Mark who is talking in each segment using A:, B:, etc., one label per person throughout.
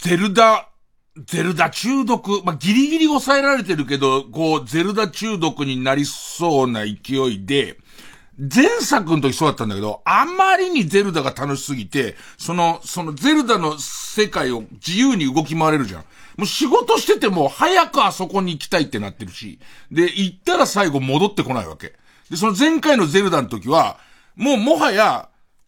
A: ゼルダ中毒、まあ、ギリギリ抑えられてるけど、こう、ゼルダ中毒になりそうな勢いで、前作の時そうだったんだけど、あまりにゼルダが楽しすぎて、そのゼルダの世界を自由に動き回れるじゃん。もう仕事してても早くあそこに行きたいってなってるし、で、行ったら最後戻ってこないわけ。で、その前回のゼルダの時は、もはや、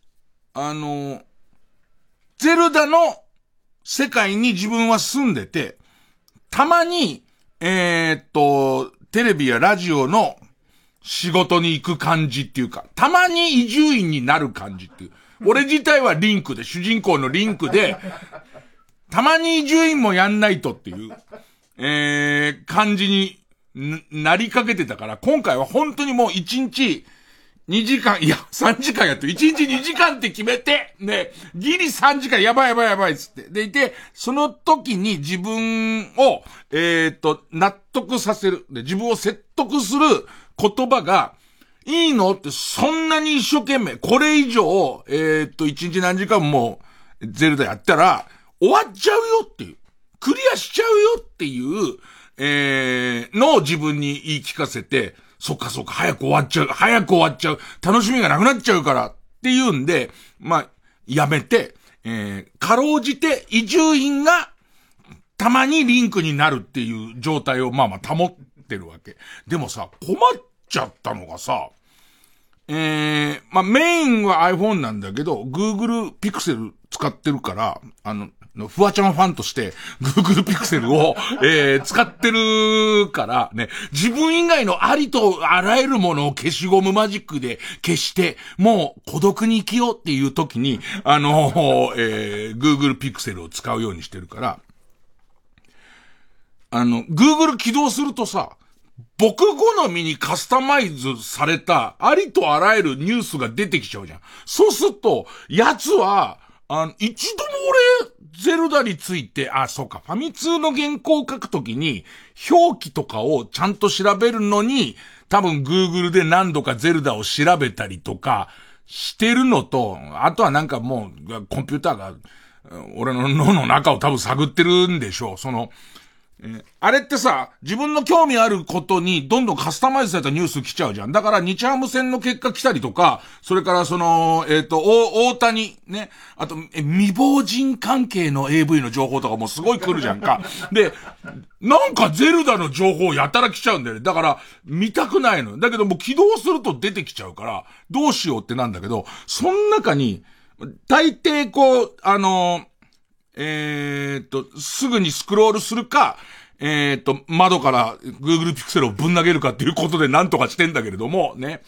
A: ゼルダの世界に自分は住んでて、たまに、テレビやラジオの仕事に行く感じっていうか、たまに移住院になる感じっていう。俺自体はリンクで、主人公のリンクで、たまに移住院もやんないとっていう、感じになりかけてたから、今回は本当にもう1日2時間、いや、3時間やってる。1日2時間って決めて、ね、ギリ3時間やばいっつって。でいて、その時に自分を、納得させる。で、自分を説得する言葉が、いいのってそんなに一生懸命、これ以上、1日何時間もゼルダやったら、終わっちゃうよっていう。クリアしちゃうよっていう、のを自分に言い聞かせて、そっか、早く終わっちゃう。楽しみがなくなっちゃうからっていうんで、まあ、やめて、かろうじて移住院がたまにリンクになるっていう状態をまあ保ってるわけ。でもさ、困っちゃったのがさ、まあメインは iPhone なんだけど、Google Pixel 使ってるから、フワちゃんファンとして Google Pixel を、使ってるからね、自分以外のありとあらゆるものを消しゴムマジックで消して、もう孤独に生きようっていう時に、Google Pixel を使うようにしてるから、Google 起動するとさ、僕好みにカスタマイズされたありとあらゆるニュースが出てきちゃうじゃん。そうすると、奴は、一度も俺、ゼルダについて、そうか、ファミ通の原稿を書くときに、表記とかをちゃんと調べるのに、多分 Google で何度かゼルダを調べたりとかしてるのと、あとはなんかもう、コンピューターが、俺の脳の中を多分探ってるんでしょう。あれってさ、自分の興味あることにどんどんカスタマイズされたニュース来ちゃうじゃん。だから日ハム戦の結果来たりとか、それから大谷、ね、あと、未亡人関係の AV の情報とかもすごい来るじゃんか。で、なんかゼルダの情報やたら来ちゃうんだよね。だから、見たくないの。だけどもう起動すると出てきちゃうから、どうしようってなんだけど、その中に、大抵こう、すぐにスクロールするか、窓から Google Pixel をぶん投げるかっていうことでなんとかしてんだけれども、ね。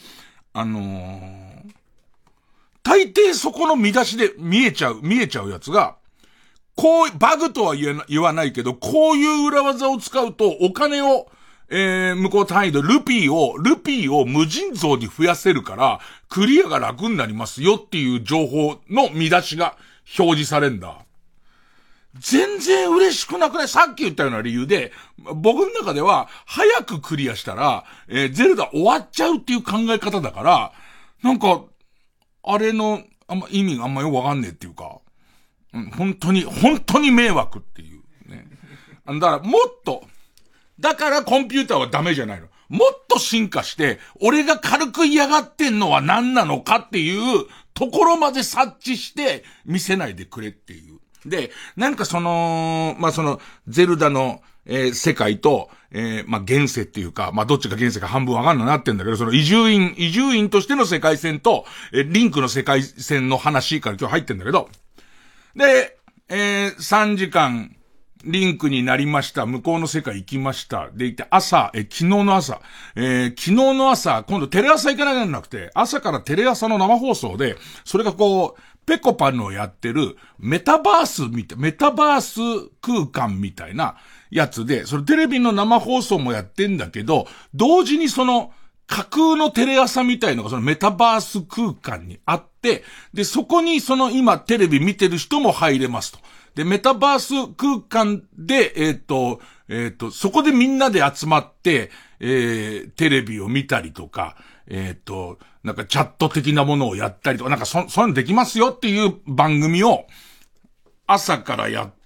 A: 大抵そこの見出しで見えちゃうやつが、こう、バグとは言わないけど、こういう裏技を使うとお金を、向こう単位でルピーを無尽蔵に増やせるから、クリアが楽になりますよっていう情報の見出しが表示されんだ。全然嬉しくなくない？さっき言ったような理由で、僕の中では、早くクリアしたら、ゼルダ終わっちゃうっていう考え方だから、なんか、あれの、意味があんまよくわかんねえっていうか、本当に迷惑っていう、ね。だから、だからコンピューターはダメじゃないの。もっと進化して、俺が軽く嫌がってんのは何なのかっていうところまで察知して見せないでくれっていう。で、なんかゼルダの、世界と、現世っていうか、どっちが現世か半分わかんなってんだけど、その移住院としての世界線と、リンクの世界線の話から今日入ってんだけど、で、3時間、リンクになりました。向こうの世界行きました。で、行って昨日の朝、今度テレ朝行かなきゃならなくて、朝からテレ朝の生放送で、それがこう、ペコパのやってるメタバース空間みたいなやつで、それテレビの生放送もやってんだけど、同時にその架空のテレ朝みたいのがそのメタバース空間にあって、で、そこにその今テレビ見てる人も入れますと。で、メタバース空間で、そこでみんなで集まって、テレビを見たりとか、なんかチャット的なものをやったりとか、なんかそういうのできますよっていう番組を朝からやって、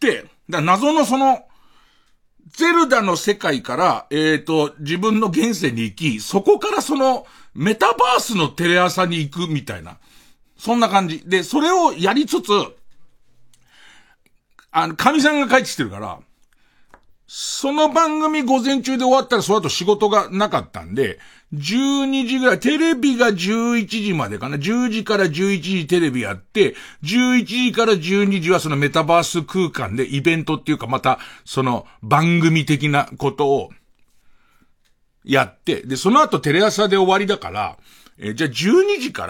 A: だから謎のゼルダの世界から、自分の現世に行き、そこからメタバースのテレ朝に行くみたいな。そんな感じ。で、それをやりつつ、神さんが帰ってきてるから、その番組午前中で終わったらその後仕事がなかったんで、12時ぐらい、テレビが11時までかな。10時から11時テレビやって、11時から12時はそのメタバース空間でイベントっていうかまた番組的なことをやって、で、その後テレ朝で終わりだから、じゃあ12時から、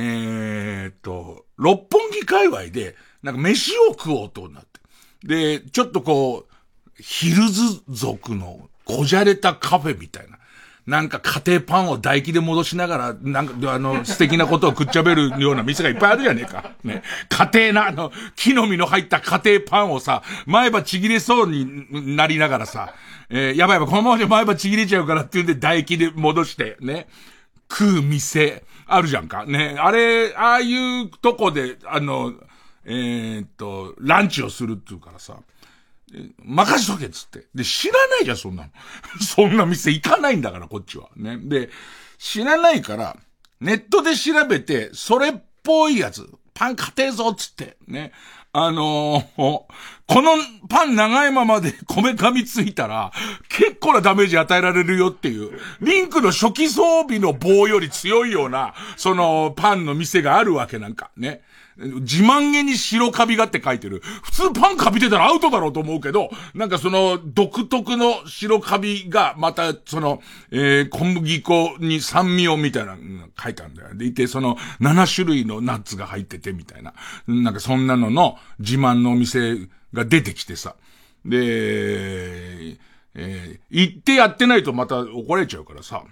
A: 六本木界隈で、なんか飯を食おうとなって。で、ちょっとヒルズ族のこじゃれたカフェみたいな。なんか家庭パンを唾液で戻しながら、なんか素敵なことを食っちゃべるような店がいっぱいあるじゃねえか。ね。家庭な木の実の入った家庭パンをさ、前歯ちぎれそうになりながらさ、やばい、このままじゃ前歯ちぎれちゃうからっていうんで唾液で戻して、ね。食う店、あるじゃんか。ね。ああいうとこで、ランチをするっていうからさ、任しとけっつって。で、知らないじゃん、そんなの。そんな店行かないんだから、こっちは。ね。で、知らないから、ネットで調べて、それっぽいやつ、パン買てえぞっつって。ね。このパン長いままで米噛みついたら、結構なダメージ与えられるよっていう、リンクの初期装備の棒より強いような、パンの店があるわけなんか、ね。自慢げに白カビがって書いてる。普通パンカビてたらアウトだろうと思うけど、なんか独特の白カビが、また小麦粉に酸味をみたいなの書いてあるんだよ。でいて、7種類のナッツが入っててみたいな。なんかそんなのの自慢のお店が出てきてさ。で、行ってやってないとまた怒られちゃうからさ。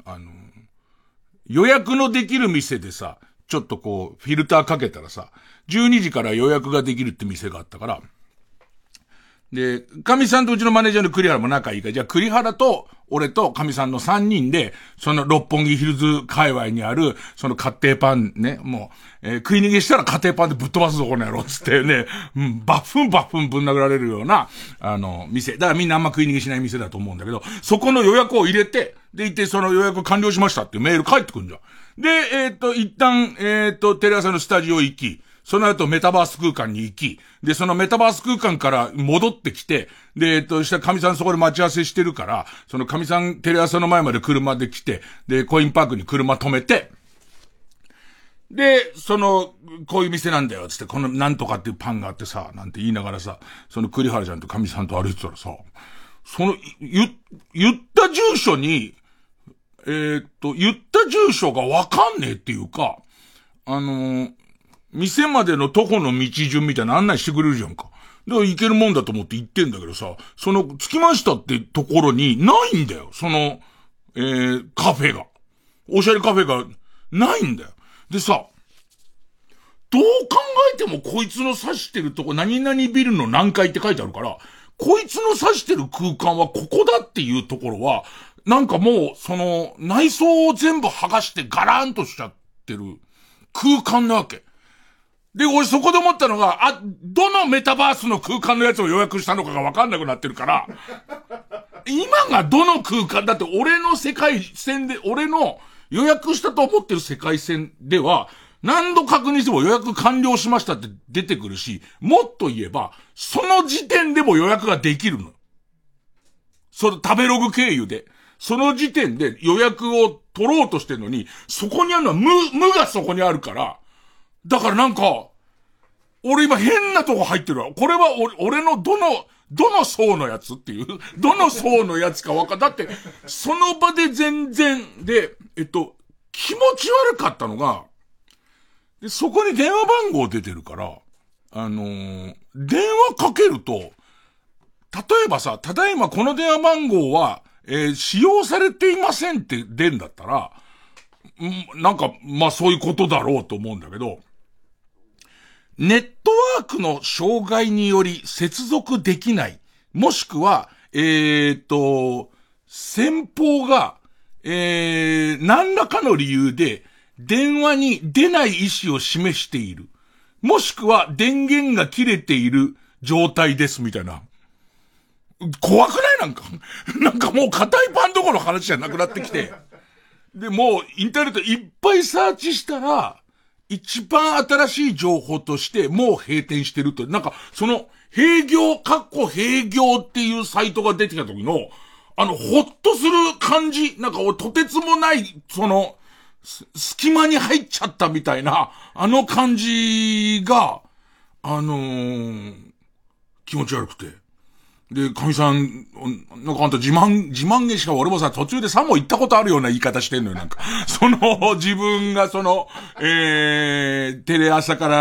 A: 予約のできる店でさ、ちょっとフィルターかけたらさ、12時から予約ができるって店があったから、で、神さんとうちのマネージャーの栗原も仲いいから、じゃあ栗原と俺と神さんの3人で、六本木ヒルズ界隈にある、家庭パンね、もう、食い逃げしたら家庭パンでぶっ飛ばすぞこの野郎つってね、バッフンぶん殴られるような、店。だからみんなあんま食い逃げしない店だと思うんだけど、そこの予約を入れて、で、行って予約完了しましたっていうメール返ってくるんじゃん。で、一旦、テレ朝のスタジオ行き、その後メタバース空間に行き、で、そのメタバース空間から戻ってきて、で、したら神さんそこで待ち合わせしてるから、神さんテレ朝の前まで車で来て、で、コインパークに車止めて、で、こういう店なんだよ、つって、このなんとかっていうパンがあってさ、なんて言いながらさ、栗原ちゃんと神さんと歩いてたらさ、言った住所に、言った住所がわかんねえっていうか、店までの徒歩の道順みたいな案内してくれるじゃんか。だから行けるもんだと思って行ってんだけどさ、着きましたってところにないんだよ。カフェが。おしゃれカフェがないんだよ。でさ、どう考えてもこいつの指してるとこ何々ビルの何階って書いてあるから、こいつの指してる空間はここだっていうところは、なんかもう、内装を全部剥がしてガラーンとしちゃってる空間なわけ。で、俺そこで思ったのが、どのメタバースの空間のやつを予約したのかがわかんなくなってるから、今がどの空間だって俺の世界線で、俺の予約したと思ってる世界線では、何度確認しても予約完了しましたって出てくるし、もっと言えば、その時点でも予約ができるの。食べログ経由で。その時点で予約を取ろうとしてるのに、そこにあるのは無がそこにあるから、だからなんか、俺今変なとこ入ってるわ。これは俺のどの層のやつっていう、どの層のやつかだって、その場で全然、で、気持ち悪かったのが、でそこに電話番号出てるから、電話かけると、例えばさ、ただいまこの電話番号は、使用されていませんって出んだったら、なんか、まあそういうことだろうと思うんだけど、ネットワークの障害により接続できない、もしくは、先方が、何らかの理由で電話に出ない意思を示している。もしくは電源が切れている状態ですみたいな。怖くないなんかもう硬いパンどころの話じゃなくなってきて。で、もうインターネットいっぱいサーチしたら、一番新しい情報としてもう閉店してると。なんか、その、閉業っていうサイトが出てきた時の、ほっとする感じ、なんかとてつもない、その、隙間に入っちゃったみたいな、感じが、気持ち悪くて。で、神さん、なんかあんた自慢げしか俺もさ、途中でさも言ったことあるような言い方してんのよ、なんか。自分がテレ朝から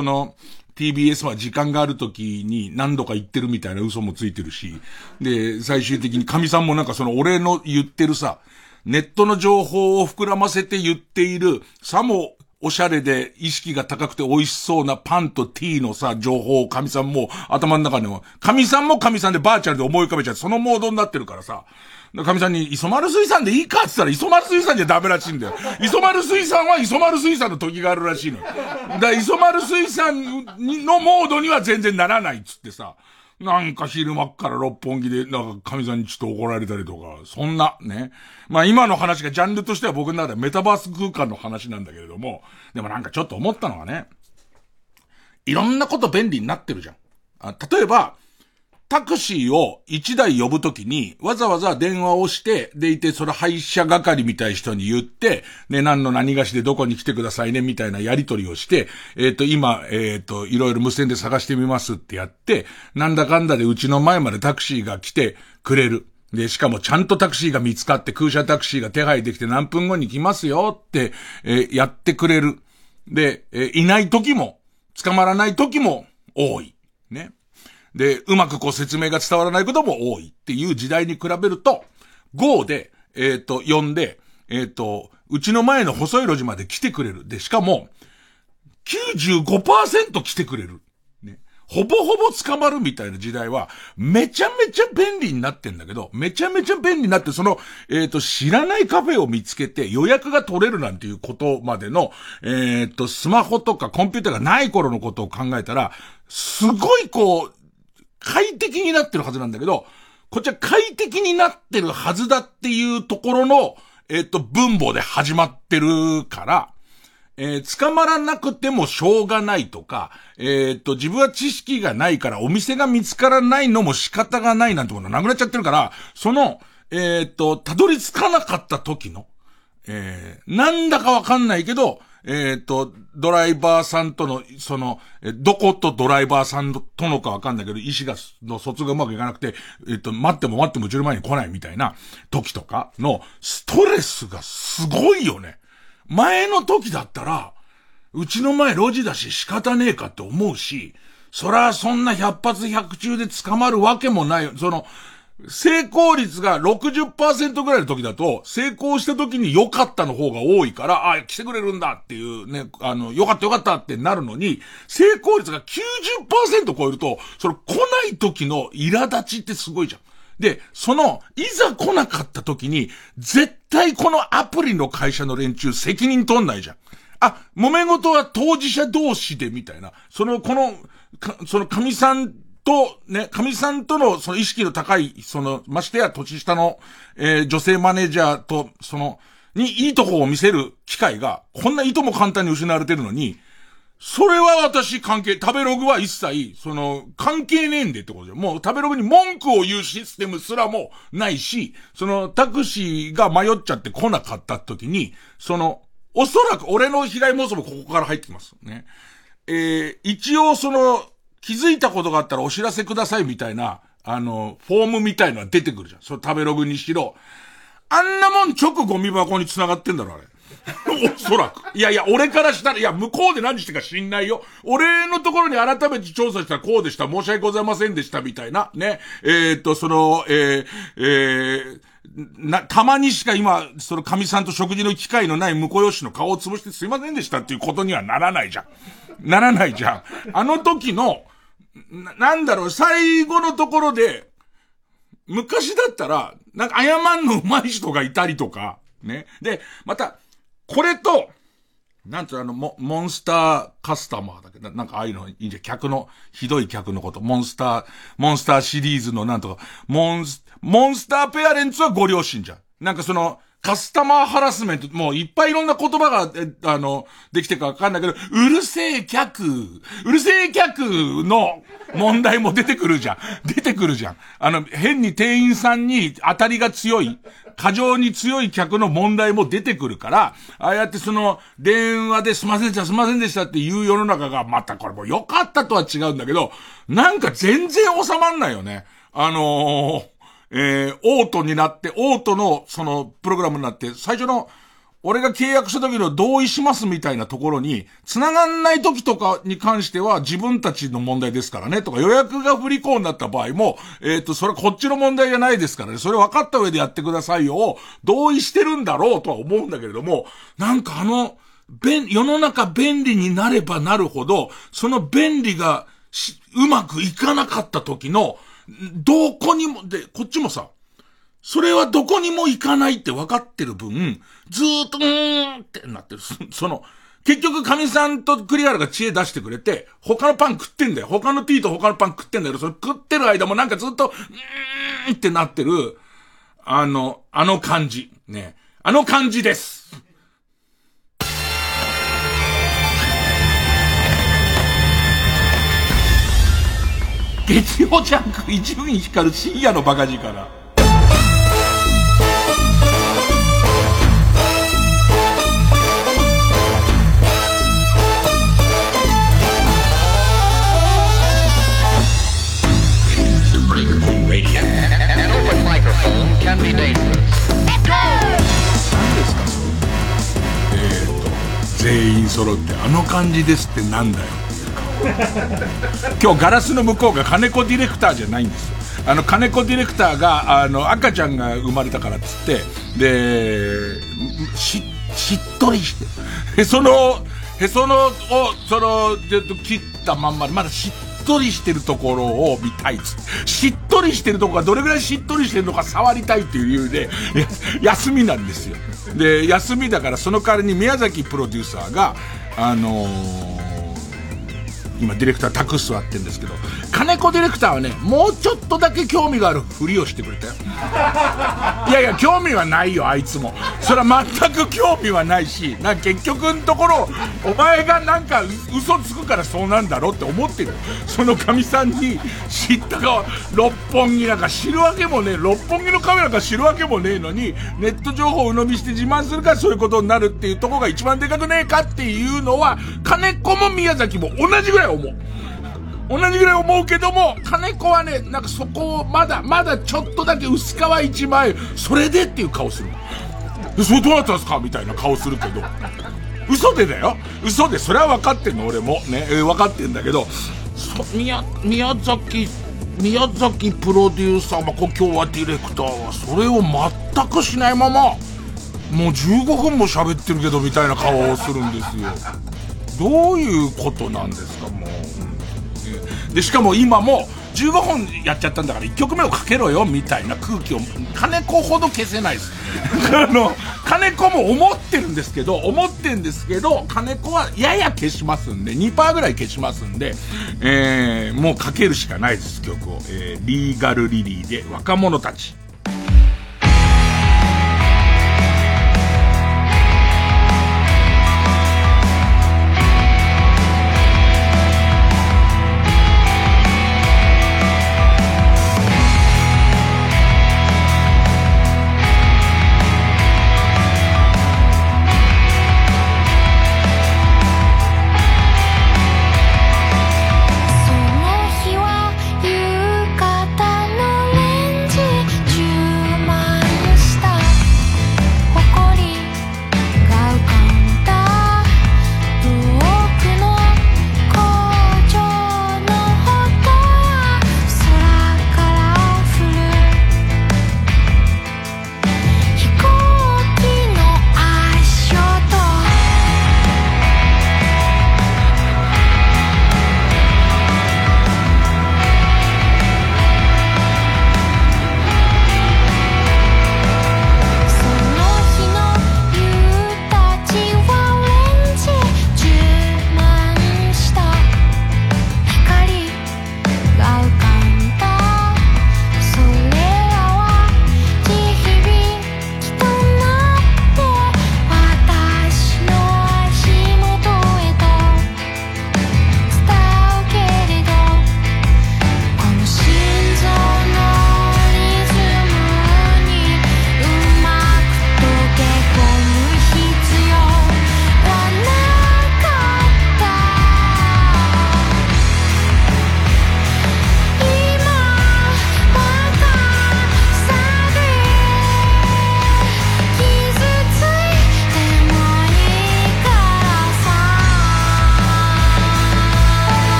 A: 、TBS は時間がある時に何度か言ってるみたいな嘘もついてるし。で、最終的に神さんもなんか俺の言ってるさ、ネットの情報を膨らませて言っている、さも、おしゃれで意識が高くて美味しそうなパンとティーのさ、情報を神さんも頭の中にも、神さんも神さんでバーチャルで思い浮かべちゃう、そのモードになってるからさ、神さんに磯丸水産でいいかって言ったら磯丸水産じゃダメらしいんだよ。磯丸水産は磯丸水産の時があるらしいのよ。だから磯丸水産のモードには全然ならないっつってさ、なんか昼間っから六本木で、なんか神さんにちょっと怒られたりとか、そんな、ね。まあ今の話がジャンルとしては僕の中ではメタバース空間の話なんだけれども、でもなんかちょっと思ったのがね、いろんなこと便利になってるじゃん。例えば、タクシーを1台呼ぶときに、わざわざ電話をして、でいて、それ配車係みたい人に言って、で、何の何がしでどこに来てくださいね、みたいなやり取りをして、今、いろいろ無線で探してみますってやって、なんだかんだでうちの前までタクシーが来てくれる。で、しかもちゃんとタクシーが見つかって、空車タクシーが手配できて何分後に来ますよって、やってくれる。で、いない時も、捕まらない時も多い。ね。で、うまく説明が伝わらないことも多いっていう時代に比べると、Go で、呼んで、うちの前の細い路地まで来てくれる。で、しかも、95% 来てくれる。ね。ほぼほぼ捕まるみたいな時代は、めちゃめちゃ便利になってんだけど、めちゃめちゃ便利になって、知らないカフェを見つけて予約が取れるなんていうことまでの、スマホとかコンピューターがない頃のことを考えたら、すごい快適になってるはずなんだけど、こっちは快適になってるはずだっていうところの、分母で始まってるから、捕まらなくてもしょうがないとか、自分は知識がないからお店が見つからないのも仕方がないなんてことなくなっちゃってるから、たどり着かなかった時の、なんだかわかんないけど、ドライバーさんとの、どことドライバーさんとのかわかんないけど、意思の疎通がうまくいかなくて、待ってもうちの前に来ないみたいな時とかのストレスがすごいよね。前の時だったら、うちの前路地だし仕方ねえかって思うし、そらそんな100発100中で捕まるわけもないよ。成功率が 60% ぐらいの時だと、成功した時に良かったの方が多いから、来てくれるんだっていうね、良かったってなるのに、成功率が 90% 超えると、来ない時の苛立ちってすごいじゃん。で、いざ来なかった時に、絶対このアプリの会社の連中責任取んないじゃん。揉め事は当事者同士でみたいな。神さんとの意識の高い、ましてや年下の、女性マネージャーと、にいいとこを見せる機会が、こんないとも簡単に失われてるのに、それは食べログは一切、関係ねえんでってことじゃん。もう食べログに文句を言うシステムすらもないし、タクシーが迷っちゃって来なかった時に、おそらく俺の被害妄想もここから入ってきます。ね。一応気づいたことがあったらお知らせくださいみたいな、フォームみたいのは出てくるじゃん。食べログにしろ。あんなもん直ゴミ箱に繋がってんだろ、あれ。おそらく。いや、俺からしたら、向こうで何してか知んないよ。俺のところに改めて調査したらこうでした。申し訳ございませんでした、みたいな。ね。たまにしか今、神さんと食事の機会のない婿養子の顔を潰してすいませんでしたっていうことにはならないじゃん。ならないじゃん。あの時の、最後のところで、昔だったら、なんか謝んの上手い人がいたりとか、ね。で、また、これと、 なんつうモンスターカスタマーだけど、なんかああいうのいいんじゃん。ひどい客のこと。モンスターシリーズのなんとか、モンスターペアレンツはご両親じゃん。なんかカスタマーハラスメント、もういっぱいいろんな言葉が、できてるかわかんないけど、うるせえ客の問題も出てくるじゃん。変に店員さんに当たりが強い、過剰に強い客の問題も出てくるから、ああやって電話ですいませんでしたっていう世の中が、またこれも良かったとは違うんだけど、なんか全然収まんないよね。オートになって、オートのプログラムになって、最初の、俺が契約した時の同意しますみたいなところに、繋がんない時とかに関しては自分たちの問題ですからね、とか予約が不履行になった場合も、それはこっちの問題じゃないですからね、それ分かった上でやってくださいよ、同意してるんだろうとは思うんだけれども、なんか世の中便利になればなるほど、その便利がうまくいかなかった時の、どこにも、で、こっちもさ、それはどこにも行かないって分かってる分、ずーっと、ってなってる。結局、神さんとクリアラが知恵出してくれて、他のパン食ってんだよ。他の T と他のパン食ってんだよ。それ食ってる間もなんかずっと、ってなってる、あの感じ。ね。あの感じです。月曜ジャンク伊集院光る深夜のバカ力。全員揃ってあの感じですってなんだよ。今日ガラスの向こうが金子ディレクターじゃないんですよ。金子ディレクターが赤ちゃんが生まれたからっつってでしっとりしてへそのを切ったまんまでまだしっとりしてるところを見たいっつって、しっとりしてるところがどれぐらいしっとりしてるのか触りたいっていう理由で休みなんですよ。で休みだからその代わりに宮崎プロデューサーが今ディレクター託す座ってんですけど、金子ディレクターはね、もうちょっとだけ興味があるふりをしてくれたよ。いやいや、興味はないよ、あいつも。それは全く興味はないし、結局のところ、お前がなんか嘘つくからそうなんだろって思ってる。その神さんに知ったか、六本木なんか知るわけもねえ、六本木のカメラか知るわけもねえのに、ネット情報を鵜呑みして自慢するからそういうことになるっていうところが一番でかくねえかっていうのは、金子も宮崎も同じぐらい思うけども、金子はね、なんかそこをまだちょっとだけ薄皮一枚、それでっていう顔する。それどうなったんですかみたいな顔するけど。嘘でだよ。嘘で、それは分かってんの、俺も。ね、分かってんだけど、宮崎プロデューサー、今日はディレクターは、それを全くしないまま、もう15分も喋ってるけど、みたいな顔をするんですよ。どういうことなんですか、もう。で、しかも今も15本やっちゃったんだから1曲目をかけろよみたいな空気を金子ほど消せないです。金子も思ってるんですけど、金子はやや消しますんで、2% ぐらい消しますんで、もうかけるしかないです、曲を。リーガルリリーで若者たち。
B: その日は夕方のレンジ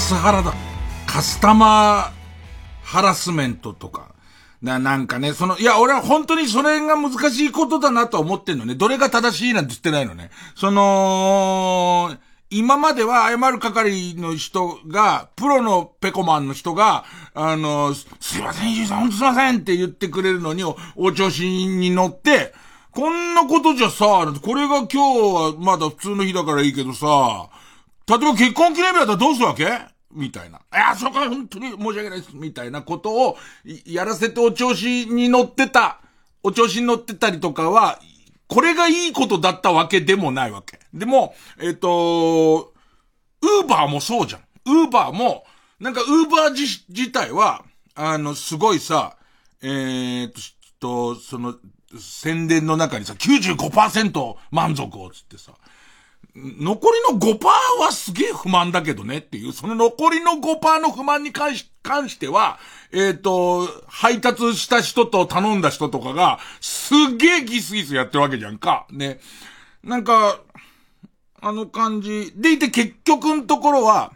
A: カスタマーハラスメントとか。なんかね、俺は本当にそれが難しいことだなと思ってんのね。どれが正しいなんて言ってないのね。今までは謝る係の人が、プロのペコマンの人が、すいません、伊集さん、ほんとすいませんって言ってくれるのに、お調子に乗って、こんなことじゃさ、これが今日はまだ普通の日だからいいけどさ、例えば結婚記念日だったらどうするわけみたいな。いや、そこは本当に申し訳ないです。みたいなことをやらせてお調子に乗ってたりとかは、これがいいことだったわけでもないわけ。でも、ウーバーもそうじゃん。ウーバーも、なんかウーバー自体は、すごいさ、宣伝の中にさ、95% 満足をつってさ、残りの 5% はすげえ不満だけどねっていう、その残りの 5% の不満に関しては、配達した人と頼んだ人とかが、すげえギスギスやってるわけじゃんか。ね。なんか、感じ。でいて結局のところは、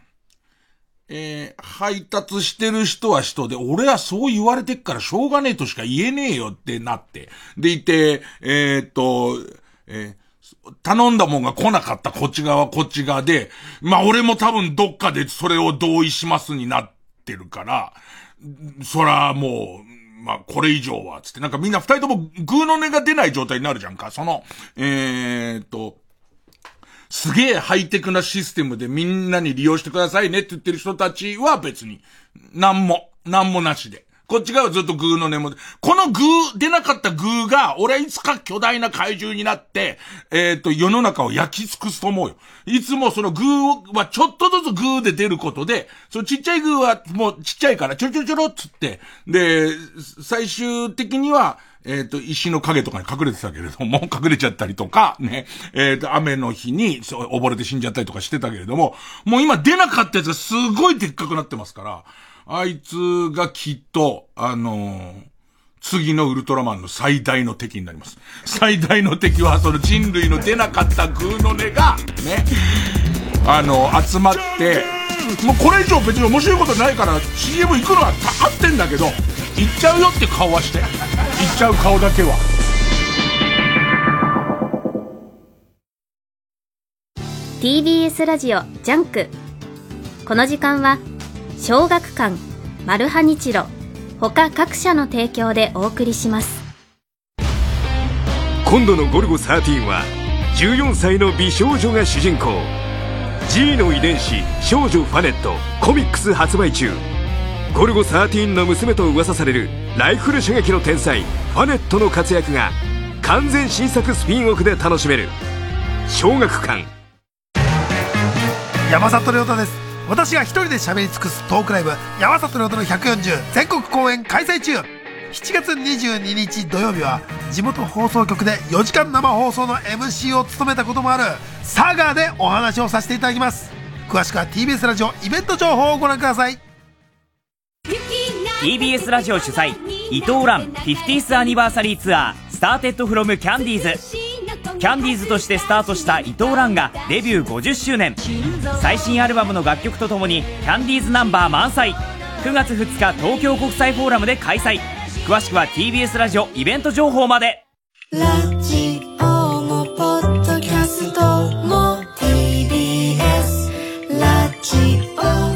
A: 配達してる人は人で、俺はそう言われてっからしょうがねえとしか言えねえよってなって。でいて、頼んだもんが来なかったこっち側で、まあ俺も多分どっかでそれを同意しますになってるから、そらもう、まあこれ以上は、つってなんかみんな二人ともグーの音が出ない状態になるじゃんか。すげえハイテクなシステムでみんなに利用してくださいねって言ってる人たちは別に、なんもなしで。こっち側はずっとグーの音も、この出なかったグーが、俺はいつか巨大な怪獣になって、世の中を焼き尽くすと思うよ。いつもそのグーはちょっとずつグーで出ることで、そのちっちゃいグーはもうちっちゃいから、ちょろっつって、で、最終的には、石の影とかに隠れてたけれども、隠れちゃったりとか、ね、雨の日に、溺れて死んじゃったりとかしてたけれども、もう今出なかったやつがすごいでっかくなってますから、あいつがきっと、次のウルトラマンの最大の敵になります。最大の敵は、その人類の出なかったグーの音が、ね、集まって、もうこれ以上別に面白いことないから CM 行くのは合ってんだけど、行っちゃうよって顔はして。行っちゃう顔だけは。
B: TBS ラジオジャンク。この時間は小学館、マルハニチロ他各社の提供でお送りします。
C: 今度のゴルゴ13は14歳の美少女が主人公。 G の遺伝子少女ファネットコミックス発売中。ゴルゴ13の娘と噂されるライフル射撃の天才ファネットの活躍が完全新作スピンオフで楽しめる。小学館。
D: 山里亮太です。私が一人で喋り尽くすトークライブ山里亮太の140全国公演開催中。7月22日土曜日は地元放送局で4時間生放送の MC を務めたこともあるサガーでお話をさせていただきます。詳しくは TBS ラジオイベント情報をご覧ください。
E: TBS ラジオ主催伊藤蘭 50th アニバーサリーツアースターテッドフロムキャンディーズ。キャンディーズとしてスタートした伊藤蘭がデビュー50周年。最新アルバムの楽曲とともにキャンディーズナンバー満載。9月2日東京国際フォーラムで開催。詳しくは TBS ラジオイベント情報まで。
F: ラジオもポッドキャストも TBS ラジオ。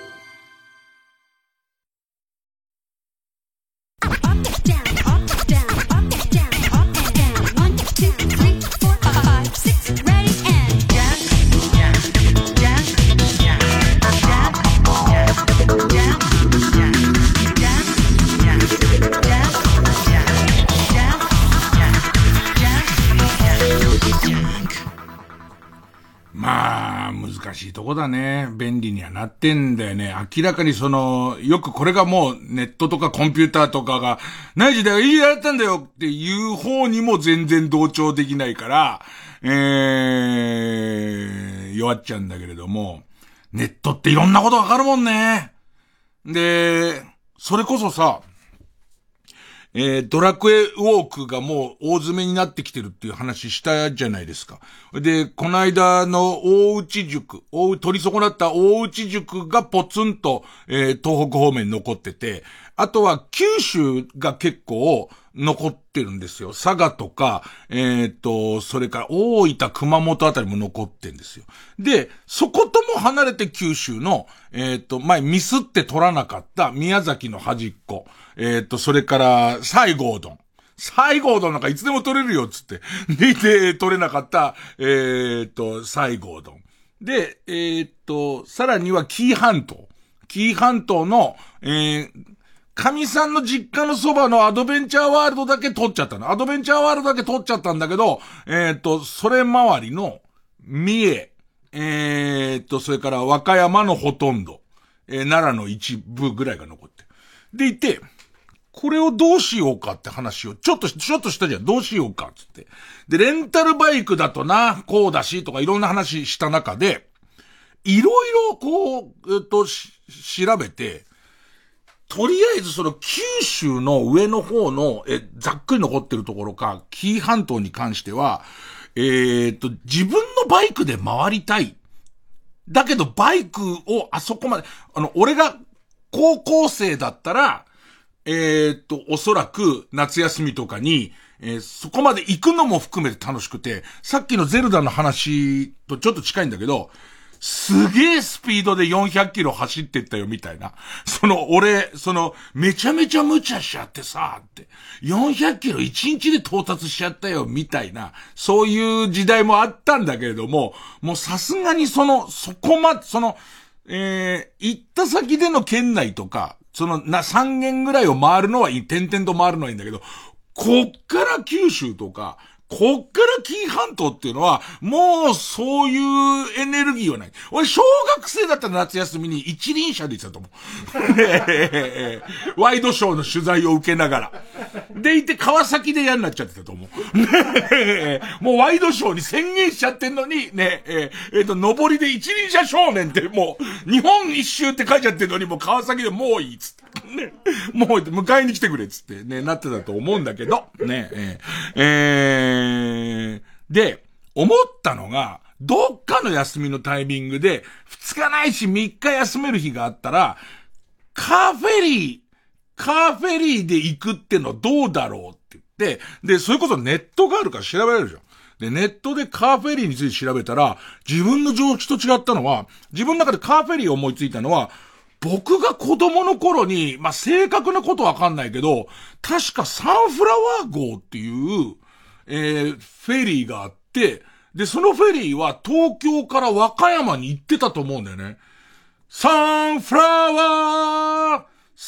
A: まあ、難しいとこだね。便利にはなってんだよね。明らかによくこれがもうネットとかコンピューターとかがない時代がいいやったんだよっていう方にも全然同調できないから、弱っちゃうんだけれども、ネットっていろんなことわかるもんね。で、それこそさ、 ドラクエウォークがもう大詰めになってきてるっていう話したじゃないですか。で、この間の大内塾、取り損なった大内塾がポツンと、東北方面に残ってて、あとは九州が結構残ってるんですよ。佐賀とか、それから大分、熊本あたりも残ってるんですよ。で、そことも離れて九州の、前ミスって取らなかった宮崎の端っこ、それから西郷どん。西郷どんなんかいつでも取れるよ、つって。で、取れなかった、西郷どん。で、さらには紀伊半島。紀伊半島の、神さんの実家のそばのアドベンチャーワールドだけ取っちゃったの。アドベンチャーワールドだけ取っちゃったんだけど、それ周りの三重、それから和歌山のほとんど、奈良の一部ぐらいが残って。でいて、これをどうしようかって話を、ちょっとしたじゃん。どうしようかつって。で、レンタルバイクだとな、こうだし、とかいろんな話した中で、いろいろこう、調べて、とりあえずその九州の上の方の、ざっくり残ってるところか、紀伊半島に関しては、自分のバイクで回りたい。だけどバイクをあそこまで、俺が高校生だったら、おそらく夏休みとかに、そこまで行くのも含めて楽しくて、さっきのゼルダの話とちょっと近いんだけど、すげえスピードで400キロ走ってったよみたいな。俺、めちゃめちゃ無茶しちゃってさ、って。400キロ1日で到達しちゃったよみたいな、そういう時代もあったんだけれども、もうさすがにそこまで、行った先での県内とか、3軒ぐらいを回るのはいい、点々と回るのはいいんだけど、こっから九州とか、こっから紀伊半島っていうのは、もうそういうエネルギーはない。俺、小学生だったら夏休みに一輪車で行ってたと思う。ワイドショーの取材を受けながら。でいて、川崎で嫌になっちゃってたと思う。もうワイドショーに宣言しちゃってんのに、上りで一輪車少年ってもう、日本一周って書いちゃってんのに、もう川崎でもういいっつって。ね、もう迎えに来てくれっつってね、なってたと思うんだけど、ね、で、思ったのが、どっかの休みのタイミングで、2日ないし3日休める日があったら、カーフェリーで行くってのどうだろうって言って、で、それこそネットがあるから調べられるじゃん。で、ネットでカーフェリーについて調べたら、自分の常識と違ったのは、自分の中でカーフェリーを思いついたのは、僕が子供の頃に、正確なことわかんないけど、確かサンフラワー号っていう、フェリーがあって、で、そのフェリーは東京から和歌山に行ってたと思うんだよね。サンフラワ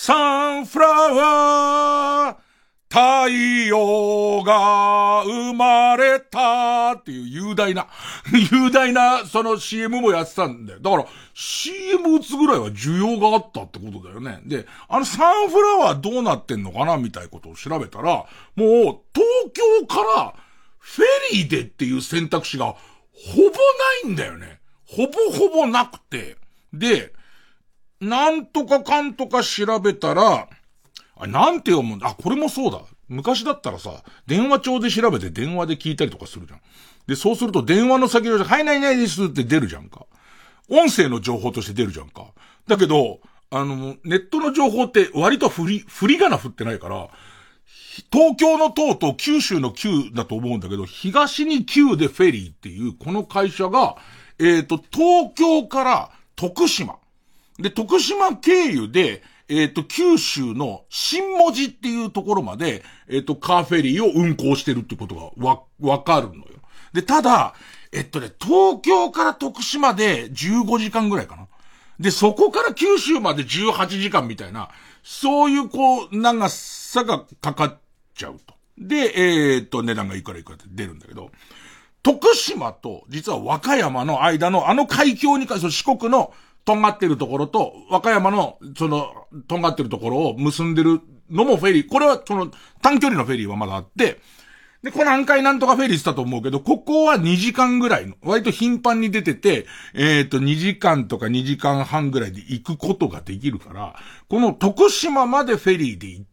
A: ー、太陽が生まれたっていう雄大なその CM もやってたんだよ。だから CM 打つぐらいは需要があったってことだよね。で、サンフラワーどうなってんのかなみたいなことを調べたら、もう東京からフェリーでっていう選択肢がほぼないんだよね。ほぼなくて。で、なんとかかんとか調べたら、なんて読むんだ。これもそうだ。昔だったらさ、電話帳で調べて電話で聞いたりとかするじゃん。で、そうすると電話の先の、はいないないですって出るじゃんか。音声の情報として出るじゃんか。だけど、ネットの情報って割と振り仮名振ってないから、東京の東と九州の九だと思うんだけど、東に九でフェリーっていう、この会社が、東京から徳島。で、徳島経由で、九州の新文字っていうところまで、カーフェリーを運行してるってことがわかるのよ。で、ただ、東京から徳島で15時間ぐらいかな。で、そこから九州まで18時間みたいな、そういう長さがかかっちゃうと。で、値段がいくらって出るんだけど、徳島と実は和歌山の間の海峡に四国のとんがってるところと、和歌山の、とんがってるところを結んでるのもフェリー。これは、短距離のフェリーはまだあって、で、これ何回なんとかフェリーしたと思うけど、ここは2時間ぐらいの、割と頻繁に出てて、2時間とか2時間半ぐらいで行くことができるから、この徳島までフェリーで行っ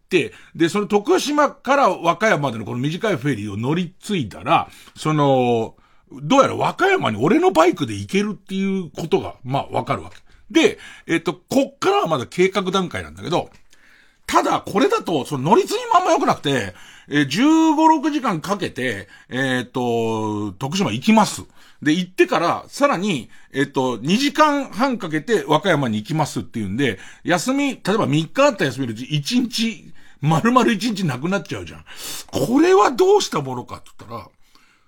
A: て、で、その徳島から和歌山までのこの短いフェリーを乗り継いだら、どうやら和歌山に俺のバイクで行けるっていうことが、まあわかるわけ。で、こっからはまだ計画段階なんだけど、ただ、これだと、乗り継ぎもあんま良くなくて、15、6時間かけて、徳島行きます。で、行ってから、さらに、2時間半かけて和歌山に行きますっていうんで、休み、例えば3日あった休みのうち1日、丸々1日なくなっちゃうじゃん。これはどうしたものかって言ったら、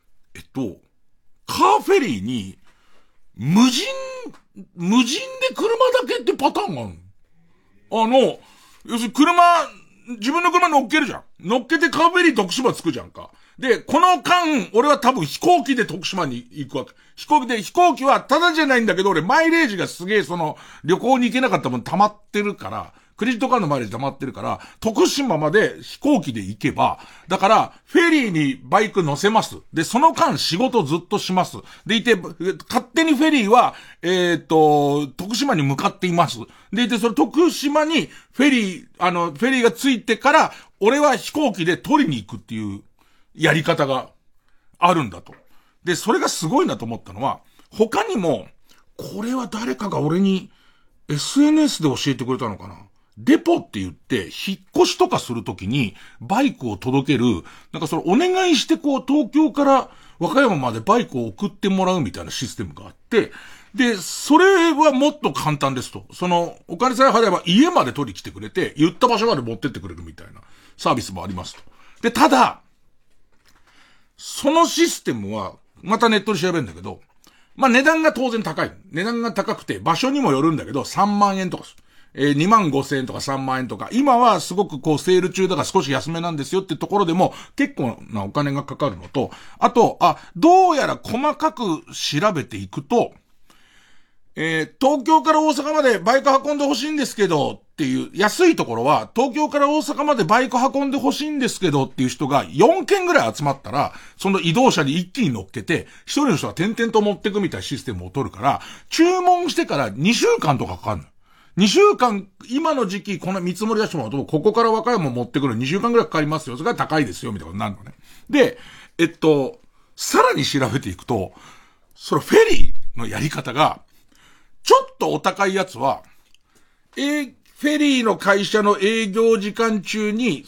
A: カーフェリーに、無人で車だけってパターンがある。要するに自分の車乗っけるじゃん。乗っけてカーフェリー徳島着くじゃんか。で、この間、俺は多分飛行機で徳島に行くわけ。飛行機はただじゃないんだけど、俺マイレージがすげえ旅行に行けなかった分溜まってるから、クレジットカードのマイレージ溜まってるから、徳島まで飛行機で行けば、だから、フェリーにバイク乗せます。で、その間仕事ずっとします。でいて、勝手にフェリーは、徳島に向かっています。でいて、その徳島にフェリーが着いてから、俺は飛行機で取りに行くっていうやり方があるんだと。で、それがすごいなと思ったのは、他にも、これは誰かが俺に SNS で教えてくれたのかな。デポって言って、引っ越しとかするときに、バイクを届ける、なんかお願いして東京から和歌山までバイクを送ってもらうみたいなシステムがあって、で、それはもっと簡単ですと。お金さえ払えば家まで取り来てくれて、言った場所まで持ってってくれるみたいなサービスもありますと。で、ただ、そのシステムは、またネットで調べるんだけど、まあ、値段が当然高い。値段が高くて、場所にもよるんだけど、3万円とかする。2万5千円とか3万円とか、今はすごくセール中だから少し安めなんですよってところでも結構なお金がかかるのと、あと、どうやら細かく調べていくと、東京から大阪までバイク運んでほしいんですけどっていう、安いところは、東京から大阪までバイク運んでほしいんですけどっていう人が4件ぐらい集まったら、その移動車に一気に乗っけて、一人の人が点々と持ってくみたいなシステムを取るから、注文してから2週間とかかかるの。2週間、今の時期、この見積もり出してもらうと、ここから和歌山持ってくる2週間ぐらいかかりますよ。それが高いですよ、みたいなことになるのね。で、さらに調べていくと、フェリーのやり方が、ちょっとお高いやつは、フェリーの会社の営業時間中に、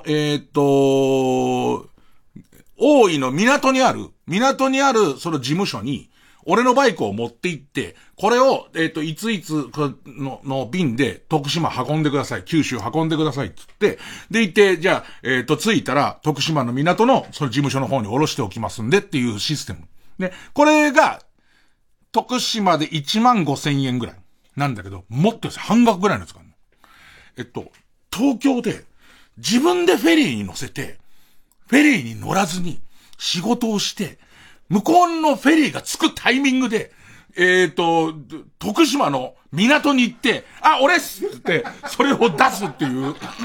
A: 大井の港にあるその事務所に、俺のバイクを持って行って、これを、いつの便で徳島運んでください。九州運んでくださいって言って、でいて、じゃあ、着いたら、徳島の港のその事務所の方に下ろしておきますんでっていうシステム。ね。これが、徳島で1万5千円ぐらいなんだけど、もっと半額ぐらいのやつがあるの。東京で自分でフェリーに乗せて、フェリーに乗らずに仕事をして、向こうのフェリーが着くタイミングで、徳島の港に行って、俺っすって、それを出すっていう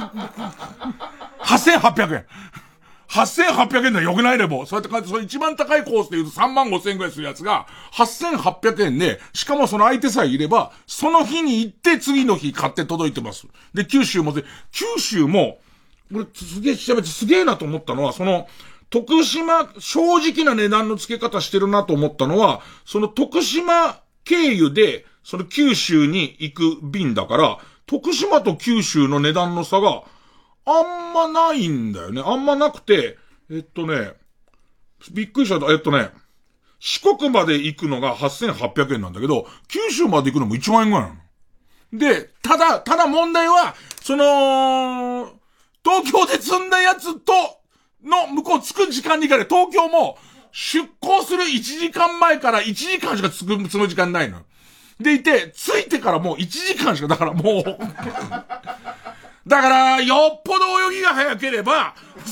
A: 。8800円。8800円だよくないでも。そうやって感じ、それ一番高いコースで言うと3万5千円ぐらいするやつが、8800円で、しかもその相手さえいれば、その日に行って次の日買って届いてます。で、九州も、俺すげえ調べてすげえなと思ったのは、徳島、正直な値段の付け方してるなと思ったのは、徳島経由で、九州に行く便だから、徳島と九州の値段の差があんまないんだよね。あんまなくて、びっくりした。四国まで行くのが8800円なんだけど、九州まで行くのも1万円ぐらいなの。で、ただ問題は、東京で積んだやつの向こう着く時間にから東京も出港する1時間前から1時間しか積む時間ないの。でいて、着いてからもう1時間しか、だからもう、だから、よっぽど泳ぎが早ければ、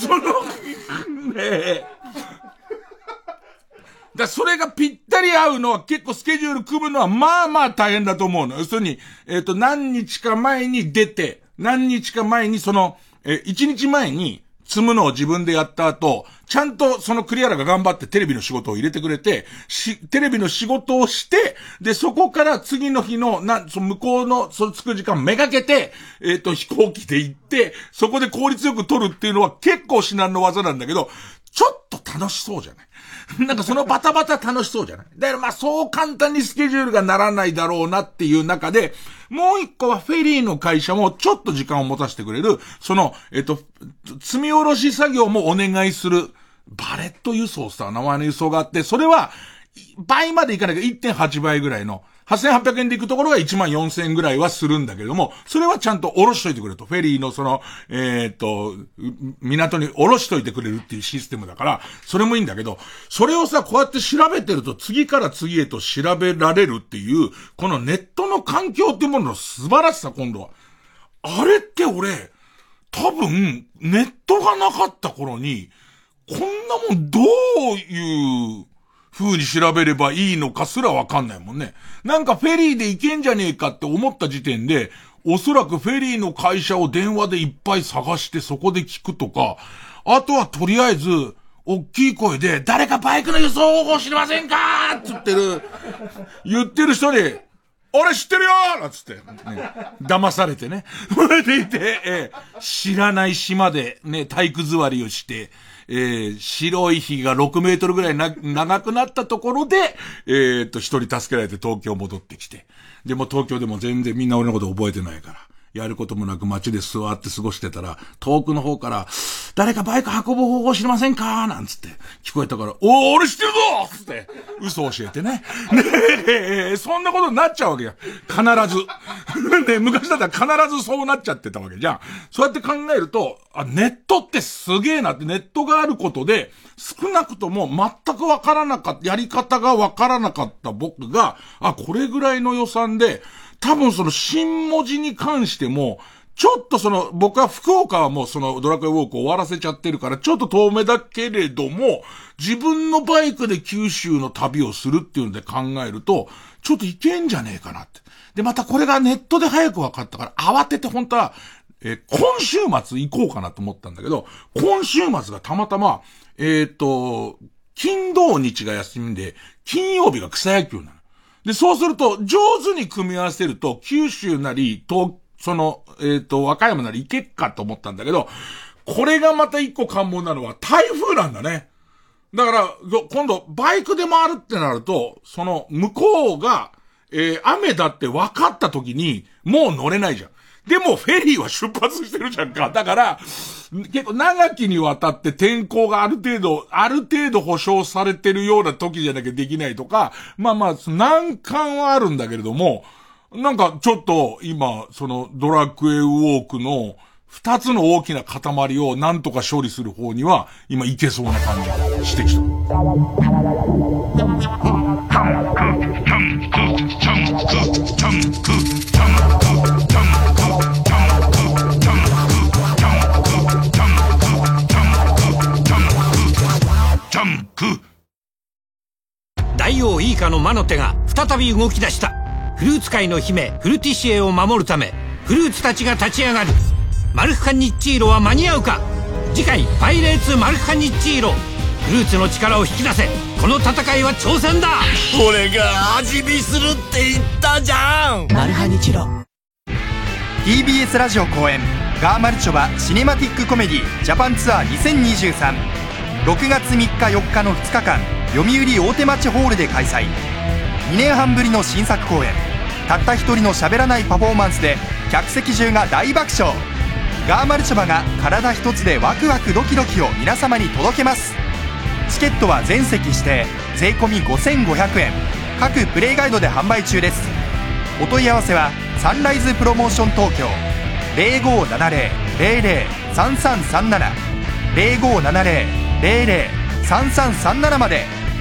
A: それがぴったり合うのは結構スケジュール組むのはまあまあ大変だと思うの。要するに、何日か前に出て、何日か前に1日前に積むのを自分でやった後、ちゃんとそのクリアラが頑張ってテレビの仕事を入れてくれて、テレビの仕事をして、で、そこから次の日の、その向こうの、その着く時間めがけて、飛行機で行って、そこで効率よく撮るっていうのは結構至難の技なんだけど、ちょっと楽しそうじゃないなんかそのバタバタ楽しそうじゃないだからまあそう簡単にスケジュールがならないだろうなっていう中で、もう一個はフェリーの会社もちょっと時間を持たせてくれる、その、積み下ろし作業もお願いする、バレット輸送さ、名前の輸送があって、それは、倍までいかないけど 1.8 倍ぐらいの、8800円で行くところが14000円ぐらいはするんだけれども、それはちゃんと下ろしといてくれると。フェリーのその、港に下ろしといてくれるっていうシステムだから、それもいいんだけど、それをさ、こうやって調べてると次から次へと調べられるっていう、このネットの環境っていうものの素晴らしさ、今度は。あれって俺、多分、ネットがなかった頃に、こんなもんどういう風に調べればいいのかすらわかんないもんね。なんかフェリーで行けんじゃねえかって思った時点で、おそらくフェリーの会社を電話でいっぱい探してそこで聞くとか、あとはとりあえず、大きい声で、誰かバイクの輸送方法知りませんかって言ってる人に、俺知ってるよなんつって、ね、騙されてね。それでいて、知らない島でね、体育座りをして、白い日が6メートルぐらい長くなったところで、一人助けられて東京戻ってきて。でも東京でも全然みんな俺のこと覚えてないから。やることもなく街で座って過ごしてたら、遠くの方から、誰かバイク運ぶ方法知りませんかなんつって、聞こえたから、俺知ってるぞつって、嘘を教えてね。ねえ、そんなことになっちゃうわけや。必ず。ね昔だったら必ずそうなっちゃってたわけじゃん。そうやって考えると、ネットってすげえなって、ネットがあることで、少なくとも全くわからなかった、やり方がわからなかった僕が、これぐらいの予算で、多分その新文字に関しても、ちょっと僕は福岡はもうそのドラクエウォーク終わらせちゃってるから、ちょっと遠目だけれども、自分のバイクで九州の旅をするっていうので考えると、ちょっといけんじゃねえかなって。で、またこれがネットで早く分かったから、慌てて本当は、今週末行こうかなと思ったんだけど、今週末がたまたま、金土日が休みで、金曜日が草野球なの。で、そうすると、上手に組み合わせると、九州なり、和歌山なり行けっかと思ったんだけど、これがまた一個関門なのは台風なんだね。だから、今度、バイクで回るってなると、向こうが、雨だって分かった時に、もう乗れないじゃん。でも、フェリーは出発してるじゃんか。だから、結構長きにわたって天候がある程度保証されてるような時じゃなきゃできないとか、まあまあ、難関はあるんだけれども、なんかちょっと今、ドラクエウォークの二つの大きな塊をなんとか処理する方には、今いけそうな感じがしてきた。
G: 大王イーカの魔の手が再び動き出した。フルーツ界の姫フルティシエを守るためフルーツたちが立ち上がる。マルフカニッチーロは間に合うか。次回パイレーツマルフカニッチーロ。フルーツの力を引き出せ。この戦いは挑戦だ。
H: 俺が味見するって言ったじゃん。マルハニチロ。
I: TBS ラジオ公演ガーマルチョバシネマティックコメディジャパンツアー2023。6月3日4日の2日間、読売大手町ホールで開催。2年半ぶりの新作公演。たった一人の喋らないパフォーマンスで客席中が大爆笑。ガーマルチョバが体一つでワクワクドキドキを皆様に届けます。チケットは全席指定、税込5500円。各プレイガイドで販売中です。お問い合わせはサンライズプロモーション東京 0570-003337 0570-003337まで。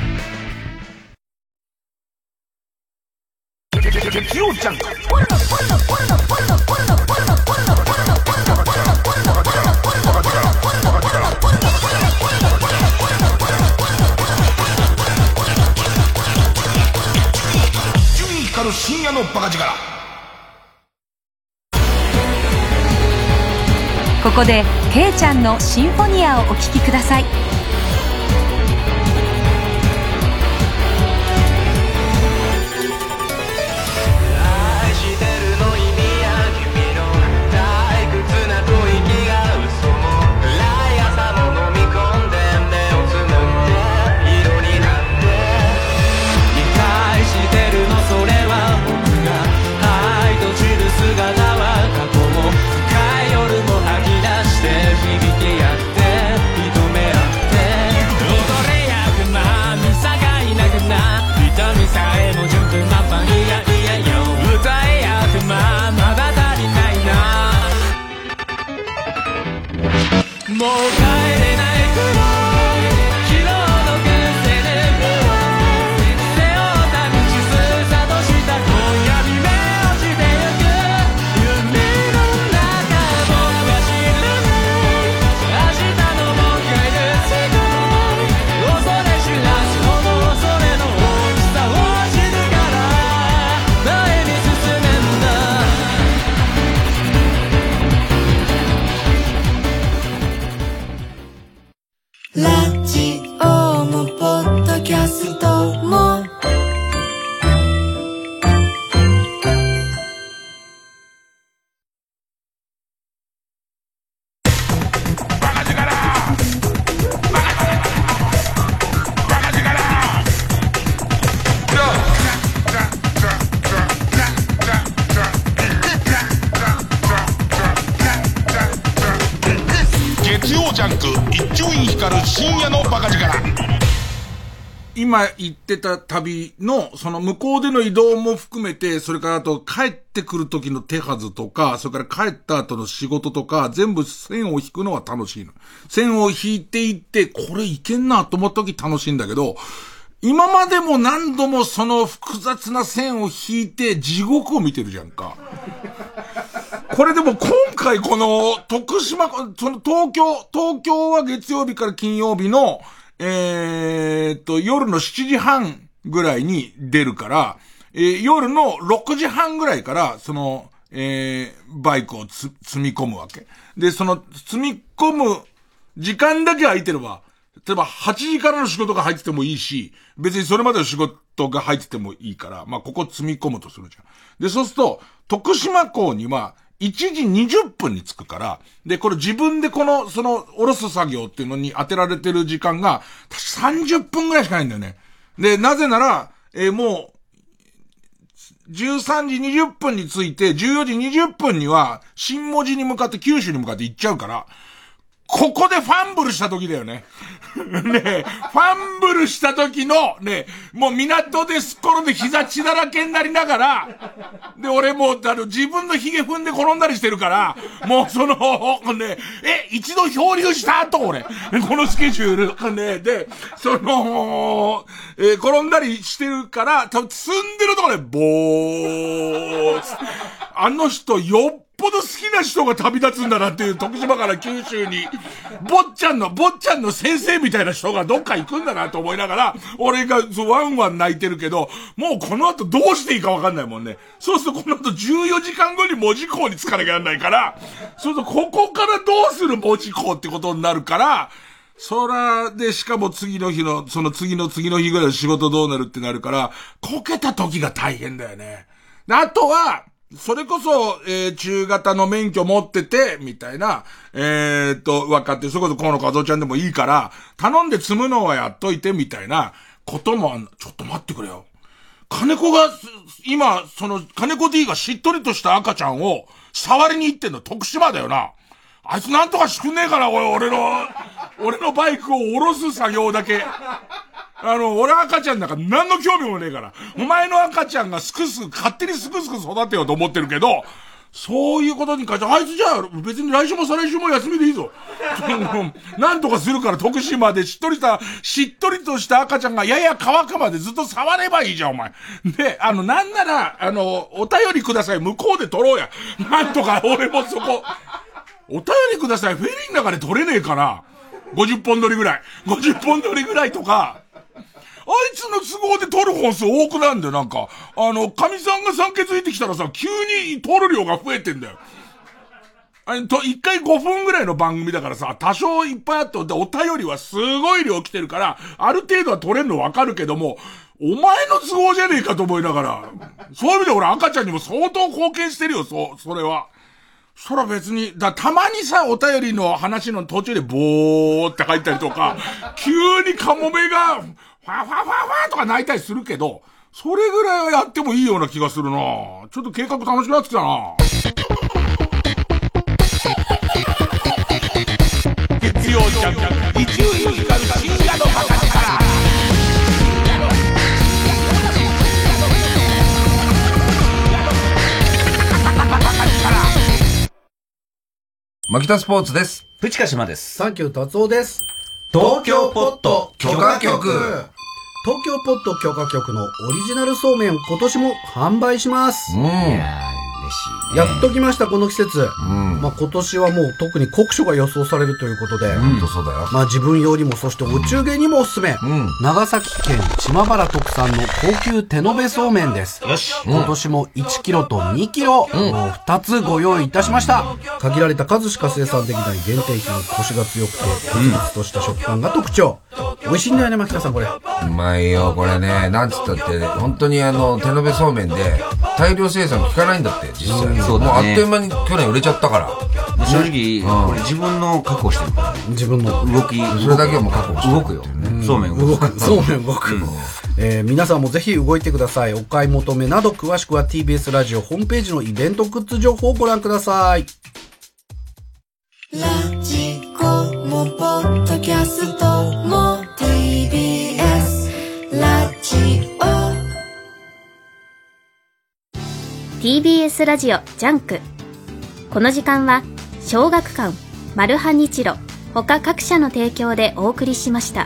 A: 深夜のバカ力。
J: ここでケイちゃんのシンフォニアをお聴きください。
K: もう帰れない黒い昨日の偶然背負った道すさとした今夜に目落ちてゆく夢の中僕は知る明日のもう一回です恐れ知らずこの恐れの大きさを知るから前に進めんだ。
F: ラジオもポッドキャストも
A: 月曜ジャンク一丁院光る深夜のバカ力。今言ってた旅のその向こうでの移動も含めて、それからあと帰ってくる時の手はずとか、それから帰った後の仕事とか、全部線を引くのは楽しいの。線を引いていって、これいけんなと思った時楽しいんだけど、今までも何度もその複雑な線を引いて地獄を見てるじゃんか。これでも今回この徳島、その東京は月曜日から金曜日の、夜の7時半ぐらいに出るから、夜の6時半ぐらいから、その、バイクを積み込むわけ。で、その積み込む時間だけ空いてれば、例えば8時からの仕事が入っててもいいし、別にそれまでの仕事が入っててもいいから、まあ、ここ積み込むとするじゃん。で、そうすると、徳島港には、1時20分に着くから、で、これ自分でその、下ろす作業っていうのに当てられてる時間が、確か30分ぐらいしかないんだよね。で、なぜなら、もう、13時20分に着いて、14時20分には、新門司に向かって九州に向かって行っちゃうから、ここでファンブルした時だよね。ねえ、ファンブルした時の、ねえ、もう港ですっ転んで膝血だらけになりながら、で、俺もう、自分の髭踏んで転んだりしてるから、もうその、ねえ、一度漂流した後、俺。このスケジュール。ねで、その、転んだりしてるから、多分積んでるところで、ボー。あの人、よっぽど好きな人が旅立つんだなっていう、徳島から九州に、坊ちゃんの先生みたいな人がどっか行くんだなと思いながら、俺がワンワン泣いてるけど、もうこの後どうしていいかわかんないもんね。そうするとこの後14時間後に門司港に着かなきゃなんないから、そうするとここからどうする門司港ってことになるから、そらでしかも次の日の、その次の日ぐらいの仕事どうなるってなるから、こけた時が大変だよね。で、あとは、それこそ、中型の免許持ってて、みたいな、分かって、それこそ河野和夫ちゃんでもいいから、頼んで積むのはやっといて、みたいなこともちょっと待ってくれよ。金子が、今、金子 D がしっとりとした赤ちゃんを触りに行ってんの徳島だよな。あいつなんとかしてくんねえから、俺のバイクを下ろす作業だけ。俺赤ちゃんなんか何の興味もねえから。お前の赤ちゃんが勝手にすくすく育てようと思ってるけど、そういうことに関して、あいつじゃあ別に来週も再来週も休みでいいぞ。なんとかするから徳島でしっとりとした赤ちゃんがやや乾くまでずっと触ればいいじゃん、お前。で、なんなら、お便りください。向こうで撮ろうや。なんとか俺もそこ、お便りください。フェリーの中で撮れねえかな。50本撮りぐらいとか、あいつの都合で撮る本数多くなんだよ、なんか。神さんが産気づいてきたらさ、急に撮る量が増えてんだよ。 1回5分ぐらいの番組だからさ、多少いっぱいあって、お便りはすごい量来てるから、ある程度は取れるのわかるけども、お前の都合じゃねえかと思いながら、そういう意味で俺赤ちゃんにも相当貢献してるよ、それは。そら別に、たまにさ、お便りの話の途中でボーって入ったりとか、急にカモメが、ファファファファとか泣いたりするけど、それぐらいはやってもいいような気がするな。ちょっと計画楽しくなってきたな。月曜ジャンク、伊集院光る深夜のバカ力。
L: 牧田スポーツです。
M: プチカシマです。
D: サンキュー達夫です。
L: 東京ポット許可局。
D: 東京ポット許可局のオリジナルそうめん、今年も販売します。
M: いやー、嬉しいね。
D: やっと来ました、この季節。まあ今年はもう特に酷暑が予想されるということで。
L: そうだよ。
D: まあ自分用にも、そしてお中元にもおすすめ。長崎県島原特産の高級手延べそうめんです。
M: よし。
D: 今年も1キロと2キロ、もう2つご用意いたしました。限られた数しか生産できない限定品、コシが強くて、ふつふつとした食感が特徴。美味しいんだよね、牧田さん、これ。
L: うまいよ、これね。なんつったって、本当に手延べそうめんで、大量生産効かないんだって、実際。
M: そうだね。
L: もうあっという間に去年売れちゃったから。
M: 正直、これ自分の確保してるからね。
D: 自分の
M: 動き。
L: それだけはもう確保してる。
M: 動くよ。そうめん動く。
D: そうめん動く。皆さんもぜひ動いてください。お買い求めなど詳しくは TBS ラジオホームページのイベントグッズ情報をご覧ください。
F: ラジコもポッドキャストも TBS ラジオ
B: TBS ラジオジャンク。この時間は小学館、マルハニチロ他各社の提供でお送りしました。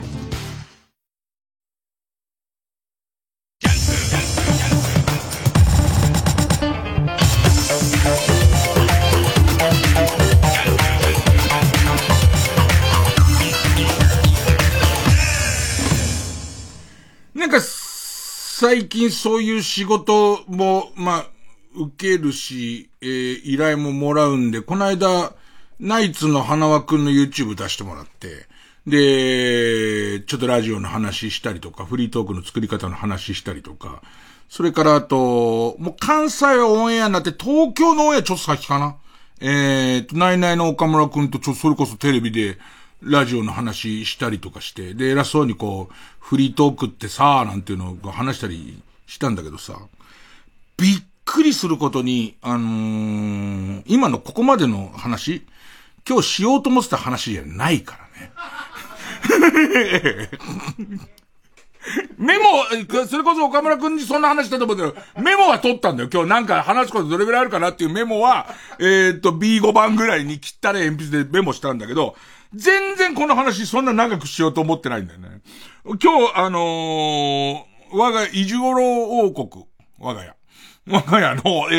A: なんか最近そういう仕事も受けるし、依頼ももらうんで、この間ナイツの花輪くんの YouTube 出してもらって、でちょっとラジオの話したりとか、フリートークの作り方の話したりとか、それからあともう関西はオンエアになって、東京のオンエアちょっと先かな、ナイナイの岡村くんとそれこそテレビでラジオの話したりとかして、で偉そうにフリートークってさなんていうのを話したりしたんだけどさ、びっくりすることに今のここまでの話、今日しようと思ってた話じゃないからね。メモ、それこそ岡村くんにそんな話したと思うけど、メモは取ったんだよ。今日なんか話すことどれぐらいあるかなっていうメモは、B5 番ぐらいに切ったら鉛筆でメモしたんだけど、全然この話そんな長くしようと思ってないんだよね。今日我が伊豆五郎王国、我が家の、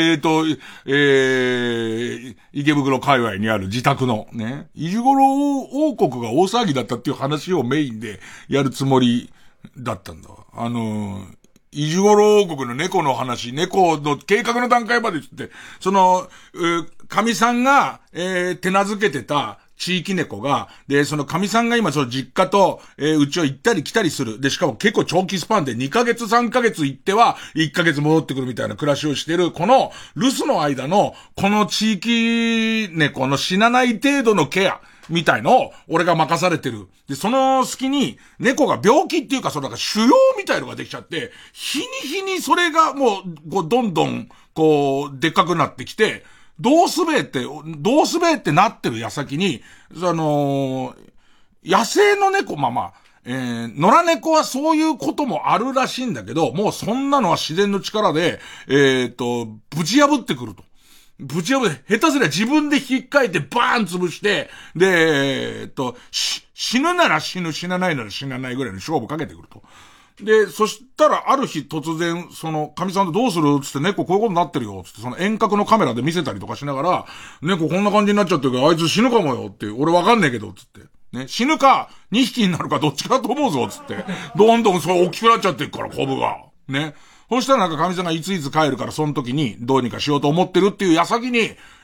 A: 池袋界隈にある自宅のね、伊豆五郎王国が大騒ぎだったっていう話をメインでやるつもりだったんだ。伊豆五郎王国の猫の話、猫の計画の段階まで言って、神さんが、手なずけてた地域猫が、で、その神さんが今その実家と、うちを行ったり来たりする。で、しかも結構長期スパンで2ヶ月3ヶ月行っては1ヶ月戻ってくるみたいな暮らしをしてる、この留守の間の、この地域猫の死なない程度のケア。みたいのを俺が任されてる。で、その隙に猫が病気っていうか、腫瘍みたいのができちゃって、日に日にそれがもう、どんどん、でっかくなってきて、どうすべってなってる矢先に、野生の猫、野良猫はそういうこともあるらしいんだけど、もうそんなのは自然の力で、ぶち破ってくると。ぶち破って、下手すりゃ自分で引っかえてバーン潰して、で、死ぬなら死ぬ、死なないなら死なないぐらいの勝負かけてくると。で、そしたらある日突然、神さんとどうするつって、猫こういうことになってるよつって、遠隔のカメラで見せたりとかしながら、猫こんな感じになっちゃってるけど、あいつ死ぬかもよって、俺わかんねえけど、つって。ね、死ぬか、2匹になるかどっちかと思うぞ、つって。どんどん大きくなっちゃってるから、コブが。ね。そしたら神さんがいついつ帰るから、その時にどうにかしようと思ってるっていう矢先に、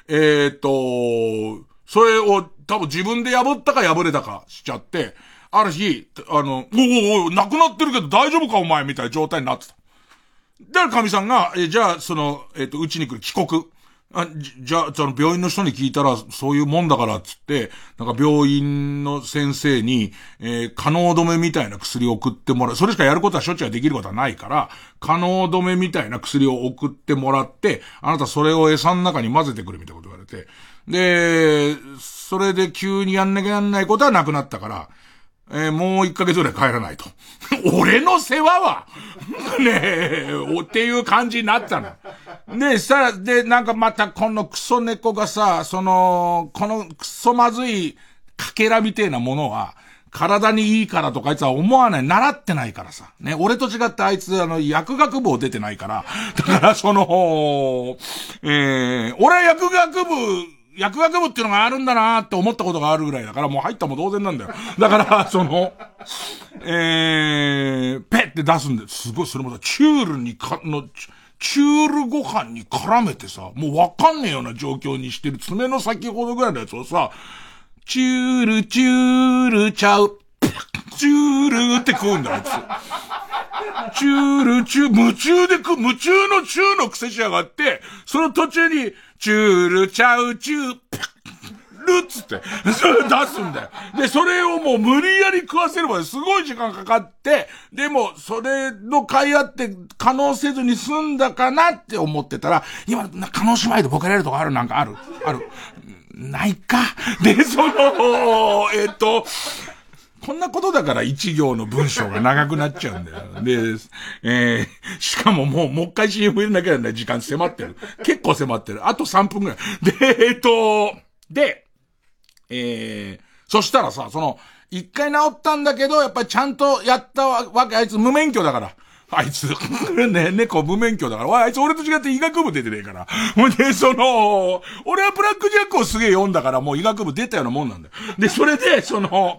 A: それを多分自分で破ったか破れたかしちゃって、ある日、お亡くなってるけど大丈夫かお前みたいな状態になってた。だから神さんが、じゃあ、うちに来る帰国。じゃあ、病院の人に聞いたら、そういうもんだからっつって、なんか病院の先生に、可能止めみたいな薬を送ってもらう。それしかやることはしょっちゅうできることはないから、可能止めみたいな薬を送ってもらって、あなたそれを餌の中に混ぜてくるみたいなこと言われて。で、それで急にやんなきゃやんないことはなくなったから、もう1ヶ月ぐらい帰らないと。俺の世話はねえ、っていう感じになったの。で、なんかまたこのクソ猫がさ、このクソまずいかけらみてえなものは、体にいいからとかあいつは思わない。習ってないからさ。ね、俺と違ってあいつ薬学部を出てないから。だから俺は薬学部っていうのがあるんだなーって思ったことがあるぐらいだから、もう入ったも同然なんだよ。だから、ペッって出すんで、すごい、それもさ、チュールご飯に絡めてさ、もうわかんねえような状況にしてる爪の先ほどぐらいのやつをさ、チュールチュールチャウ、チュールって食うんだよ、あいつ。チュールチュー、夢中のチューの癖しやがって、その途中に、チュールチャウチュー、ルっつって、それ出すんだよ。で、それをもう無理やり食わせるまですごい時間かかって、でも、それの買い合って可能せずに済んだかなって思ってたら、今、可能姉妹でボケられるとこあるなんかあるないか。で、こんなことだから一行の文章が長くなっちゃうんだよ。で、しかももう一回 CM 入れなきゃいけない時間迫ってる。結構迫ってる。あと3分くらい。そしたらさ、一回治ったんだけど、やっぱりちゃんとやったわけ、あいつ無免許だから。あいつ、ね、猫無免許だから。あいつ俺と違って医学部出てねえから。ほんで、俺はブラックジャックをすげえ読んだから、もう医学部出たようなもんなんだよ。で、それで、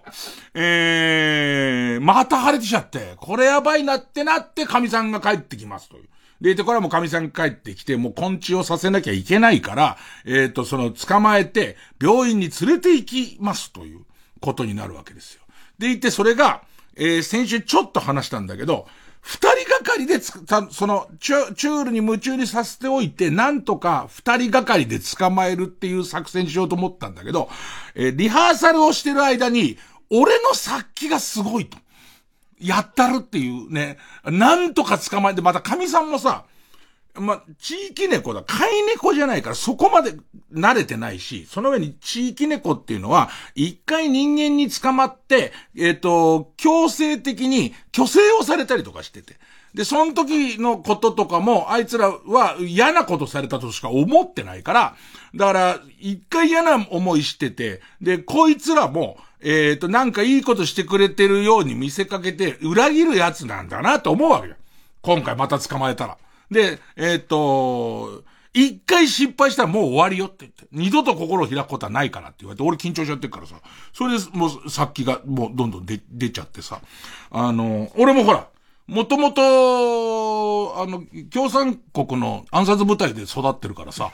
A: また腫れてきちゃって、これやばいなって、神さんが帰ってきますという。で、これはもう神さんが帰ってきて、もう根治をさせなきゃいけないから、捕まえて、病院に連れて行きますということになるわけですよ。で、いて、それが、先週ちょっと話したんだけど、二人がかりでチュールに夢中にさせておいて、なんとか二人がかりで捕まえるっていう作戦しようと思ったんだけど、リハーサルをしてる間に、俺の殺気がすごいと。やったるっていうね、なんとか捕まえて、また神さんもさ、地域猫だ。飼い猫じゃないからそこまで慣れてないし、その上に地域猫っていうのは、一回人間に捕まって、強制的に虚勢をされたりとかしてて。で、その時のこととかも、あいつらは嫌なことされたとしか思ってないから、だから、一回嫌な思いしてて、で、こいつらも、なんかいいことしてくれてるように見せかけて、裏切るやつなんだなと思うわけよ。今回また捕まえたら。で、一回失敗したらもう終わりよって言って、二度と心を開くことはないからって言われて、俺緊張しちゃってるからさ、それでもう殺気がもうどんどん出ちゃってさ、俺もほら、もともと、共産国の暗殺部隊で育ってるからさ、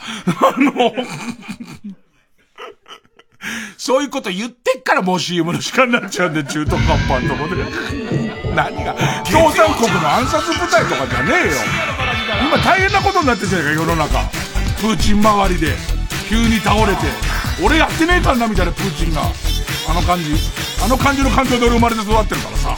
A: そういうこと言ってっからもう CM の時間になっちゃうんで、中途半端のとこで。何が共産国の暗殺部隊とかじゃねえよ。今大変なことになってるじゃないか、世の中。プーチン周りで、急に倒れて。俺やってねえかんな、みたいな、プーチンが。あの感じの環境で俺生まれて育ってるからさ。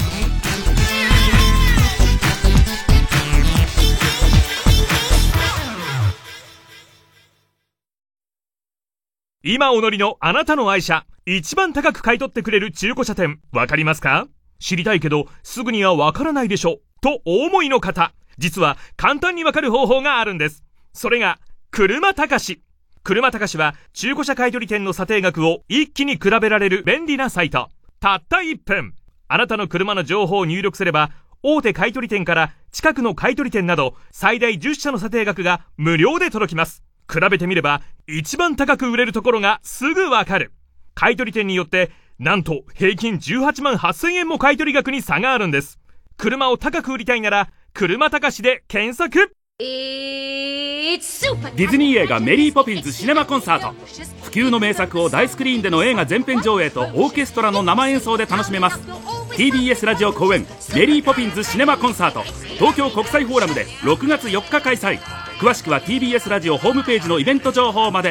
N: 今お乗りのあなたの愛車、一番高く買い取ってくれる中古車店、わかりますか？知りたいけど、すぐにはわからないでしょ、とお思いの方、実は簡単にわかる方法があるんです。それが、車高し。車高しは、中古車買取店の査定額を一気に比べられる便利なサイト。たった1分。あなたの車の情報を入力すれば、大手買取店から近くの買取店など、最大10社の査定額が無料で届きます。比べてみれば、一番高く売れるところがすぐわかる。買取店によって、なんと平均18万8000円も買取額に差があるんです。車を高く売りたいなら、車高しで検索。 ディズニー映画メリーポピンズシネマコンサート。不朽の名作を大スクリーンでの映画全編上映とオーケストラの生演奏で楽しめます。 TBS ラジオ公演メリーポピンズシネマコンサート、東京国際フォーラムで6月4日開催。詳しくは TBS ラジオホームページのイベント情報まで。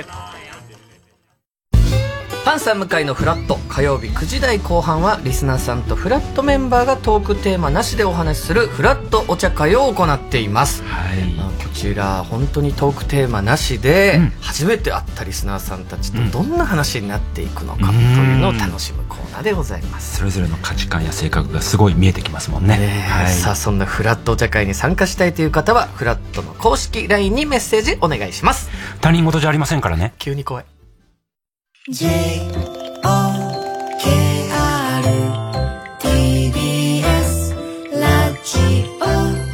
O: パンサー向井のフラット、火曜日9時台後半はリスナーさんとフラットメンバーがトークテーマなしでお話しするフラットお茶会を行っています。こちら本当にトークテーマなしで、初めて会ったリスナーさんたちとどんな話になっていくのかというのを楽しむコーナーでございます。
P: それぞれの価値観や性格がすごい見えてきますもんね。
O: さあそんなフラットお茶会に参加したいという方はフラットの公式 LINE にメッセージお願いします。
P: 他人事じゃありませんからね。
O: 急に怖い。
F: TBS ラジオ。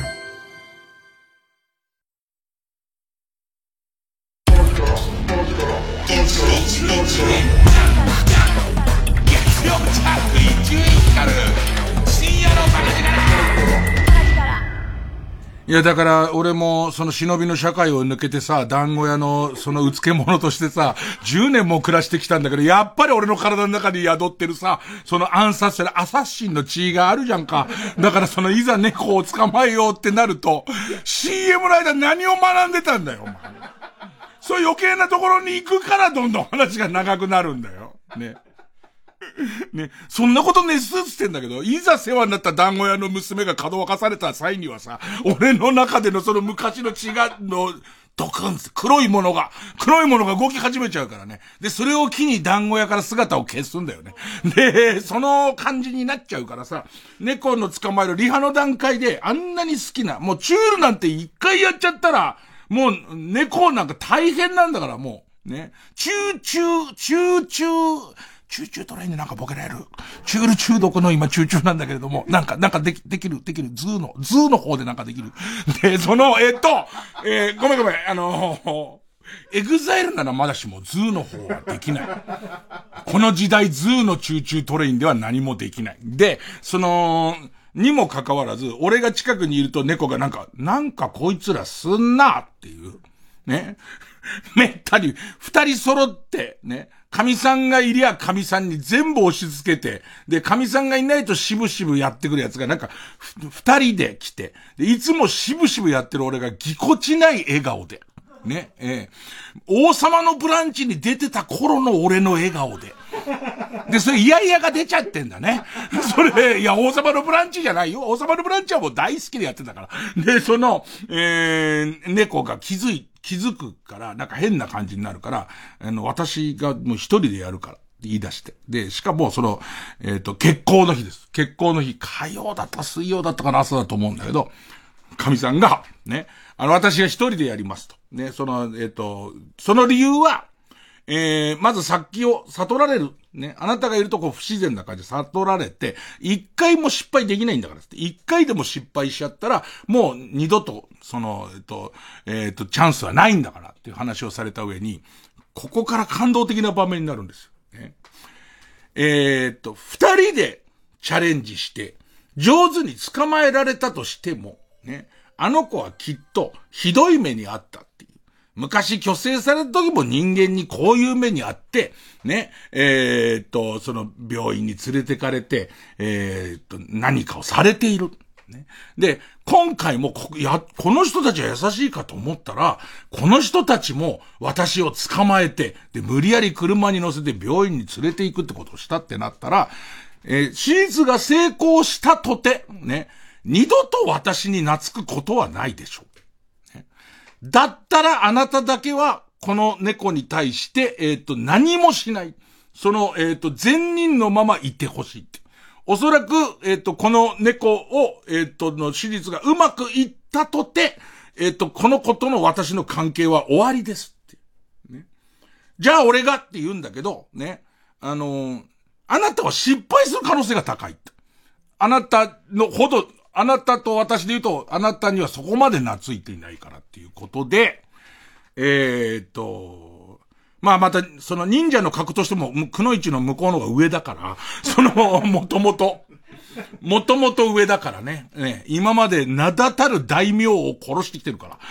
A: いや、だから、俺も、その忍びの社会を抜けてさ、団子屋の、そのうつけ者としてさ、10年も暮らしてきたんだけど、やっぱり俺の体の中に宿ってるさ、その暗殺者、アサッシンの血があるじゃんか。だからその、いざ猫を捕まえようってなると、CM の間何を学んでたんだよ、お前。そういう余計なところに行くから、どんどん話が長くなるんだよ。ね。ね、そんなことねすってんだけど、いざ世話になった団子屋の娘がかどわかされた際にはさ、俺の中でのその昔の血が、ドクンって黒いものが動き始めちゃうからね。で、それを機に団子屋から姿を消すんだよね。で、その感じになっちゃうからさ、猫の捕まえるリハの段階であんなに好きな、もうチュールなんて一回やっちゃったら、もう猫なんか大変なんだからもう、ね。チュートレインでなんかボケられる。チュール中毒の今チューなんだけれども、なんかできる。ズーの方でなんかできる。で、その、ごめん。エグザイルならまだしもズーの方はできない。この時代ズーのチュートレインでは何もできない。で、にもかかわらず、俺が近くにいると猫がなんかこいつらすんなっていう。ね。めったに、二人揃って、ね。神さんがいりゃ神さんに全部押し付けて、で、神さんがいないとしぶしぶやってくるやつがなんか、二人で来て、で、いつもしぶしぶやってる俺がぎこちない笑顔で、ね、王様のブランチに出てた頃の俺の笑顔で。で、それイヤイヤが出ちゃってんだね。それ、いや、王様のブランチじゃないよ。王様のブランチはもう大好きでやってたから。で、その、猫が気づくから、なんか変な感じになるから、私がもう一人でやるからって言い出して。で、しかもその、結婚の日です。結婚の日、火曜だった水曜だったかな朝だと思うんだけど、神さんが、ね、私が一人でやりますと。ね、その理由は、まず先を悟られる。ね。あなたがいるとこう不自然な感じで悟られて、一回も失敗できないんだからって。一回でも失敗しちゃったら、もう二度と、チャンスはないんだからっていう話をされた上に、ここから感動的な場面になるんですよ。ね。二人でチャレンジして、上手に捕まえられたとしても、ね。あの子はきっとひどい目にあったっていう。昔虚勢された時も人間にこういう目にあって、ね、その病院に連れてかれて、何かをされている。ね、で、今回もこの人たちは優しいかと思ったら、この人たちも私を捕まえて、で、無理やり車に乗せて病院に連れて行くってことをしたってなったら、手術が成功したとて、ね、二度と私に懐くことはないでしょう。ね、だったらあなただけは、この猫に対して、何もしない。その、善人のままいてほしいって。おそらく、この猫を、の手術がうまくいったとて、この子との私の関係は終わりですって。ね。じゃあ俺がって言うんだけど、ね。あなたは失敗する可能性が高いって。あなたと私で言うと、あなたにはそこまで懐いていないからっていうことで、また、その忍者の格としても、くのいちの向こうの方が上だから、もともと。 もともと上だからね。今まで名だたる大名を殺してきてるから。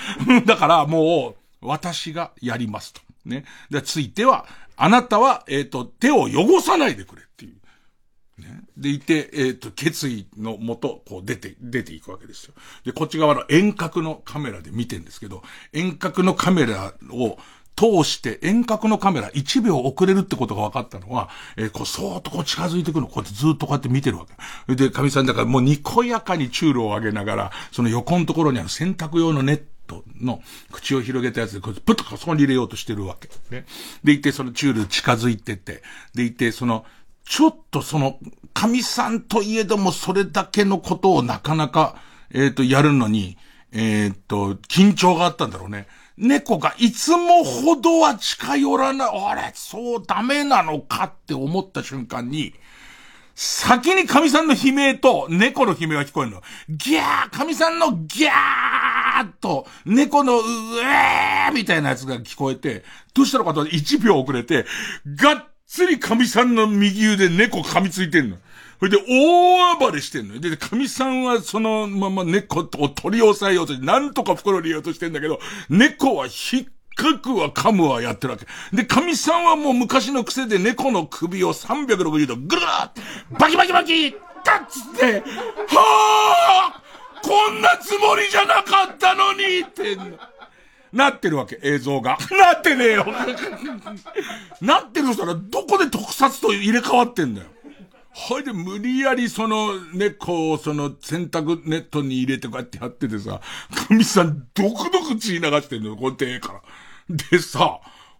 A: だからもう、私がやりますと。ね。で、ついては、あなたは、手を汚さないでくれっていう。ね。でいて、決意のもと、こう出ていくわけですよ。で、こっち側の遠隔のカメラで見てんですけど、遠隔のカメラを通して、遠隔のカメラ1秒遅れるってことが分かったのは、こう、そーっとこう近づいてくるの、こうやってずっとこうやって見てるわけ。で、神さんだからもうにこやかにチュールを上げながら、その横のところに洗濯用のネットの口を広げたやつで、こうプッとそこに入れようとしてるわけ。ね。でいて、そのチュール近づいてって、でいて、ちょっと神さんといえどもそれだけのことをなかなか、やるのに、緊張があったんだろうね。猫がいつもほどは近寄らない、あれ、そうダメなのかって思った瞬間に、先に神さんの悲鳴と猫の悲鳴が聞こえるの。ギャー神さんのギャーと猫のうえーみたいなやつが聞こえて、どうしたのかと1秒遅れて、がっつり神さんの右腕猫噛みついてんの。それで大暴れしてんのよ。で、神さんはそのまま猫を取り押さえようとして、なんとか袋に入れようとしてんだけど、猫は引っかくは噛むはやってるわけ。で、神さんはもう昔の癖で猫の首を360度ぐるーっバキバキバキガッつって、はぁこんなつもりじゃなかったのにってなってるわけ、映像が。なってねえよ。なってるとしたらどこで特撮と入れ替わってんだよ。ほいで無理やりその猫をその洗濯ネットに入れてこうやってやっててさ、神さんドクドク血流してんのよ、こうやってから。でさ、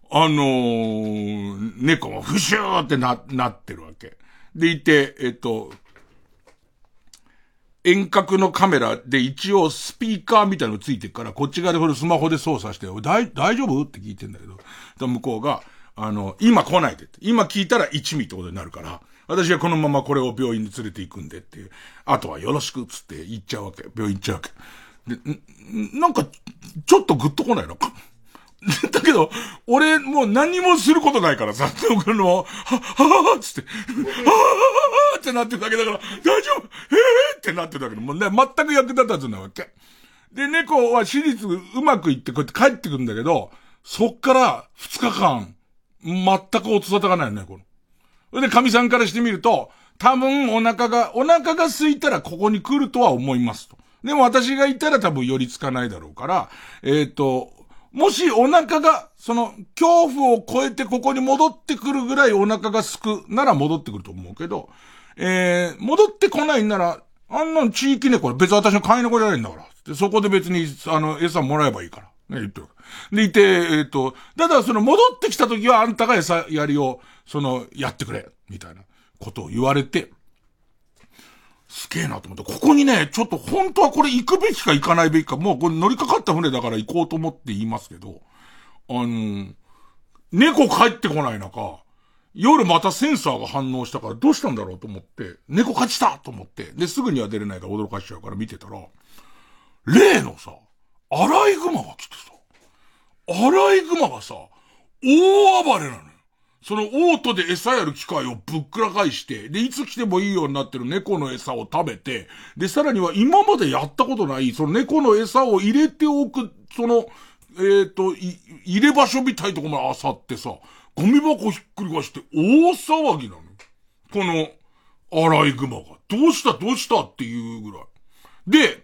A: 猫もフシューってなってるわけ。でいて、遠隔のカメラで一応スピーカーみたいなのついてるから、こっち側でこれスマホで操作して、大丈夫って聞いてんだけど、向こうが、今来ないでって。今聞いたら一味ってことになるから、私はこのままこれを病院に連れて行くんでっていう。あとはよろしくっつって行っちゃうわけ。病院行っちゃうわけ。で、なんか、ちょっとグッと来ないのか。だけど、俺もう何もすることないからさ、はつって、ってなってるだけだから、大丈夫ってなってるだけで、もうね、全く役立たずなわけ。で、猫は手術うまくいってこうやって帰ってくるんだけど、そっから2日間、全く音沙汰がないよね、この。で、神さんからしてみると、多分お腹が空いたらここに来るとは思いますと。でも私がいたら多分寄りつかないだろうから、もしお腹が、その、恐怖を超えてここに戻ってくるぐらいお腹がすくなら戻ってくると思うけど、戻ってこないなら、あんなの地域猫、別に私の飼い猫じゃないんだから。でそこで別に、餌もらえばいいから。ね、言ってる。で、いて、ただその戻ってきた時はあんたが餌やりを、やってくれ、みたいなことを言われて、すげえなと思って、ここにね、ちょっと本当はこれ行くべきか行かないべきか、もうこれ乗りかかった船だから行こうと思って言いますけど、猫帰ってこない中、夜またセンサーが反応したからどうしたんだろうと思って、猫勝ちたと思って、で、すぐには出れないから驚かしちゃうから見てたら、例のさ、アライグマが来てさ、アライグマがさ、大暴れなのよ。そのオートで餌やる機械をぶっくら返して、で、いつ来てもいいようになってる猫の餌を食べて、で、さらには今までやったことない、その猫の餌を入れておく、入れ場所みたいとこまで漁ってさ、ゴミ箱ひっくり返して大騒ぎなの。この、アライグマが。どうしたっていうぐらい。で、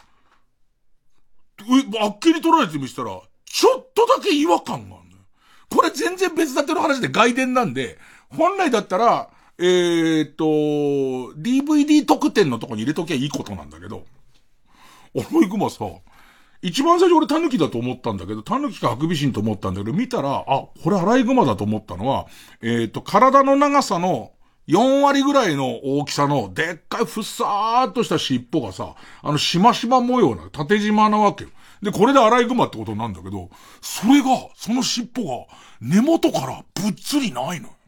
A: あっきり取られてみしたら、ちょっとだけ違和感があるのよ。これ全然別立ての話で外伝なんで、本来だったら、DVD 特典のとこに入れときゃいいことなんだけど、アライグマさ、一番最初俺タヌキだと思ったんだけど、タヌキかハクビシンと思ったんだけど、見たら、これアライグマだと思ったのは、体の長さの4割ぐらいの大きさのでっかいふさーっとした尻尾がさ、しましま模様な、縦縞なわけよ。で、これでアライグマってことなんだけど、その尻尾が根元からぶっつりないのよ。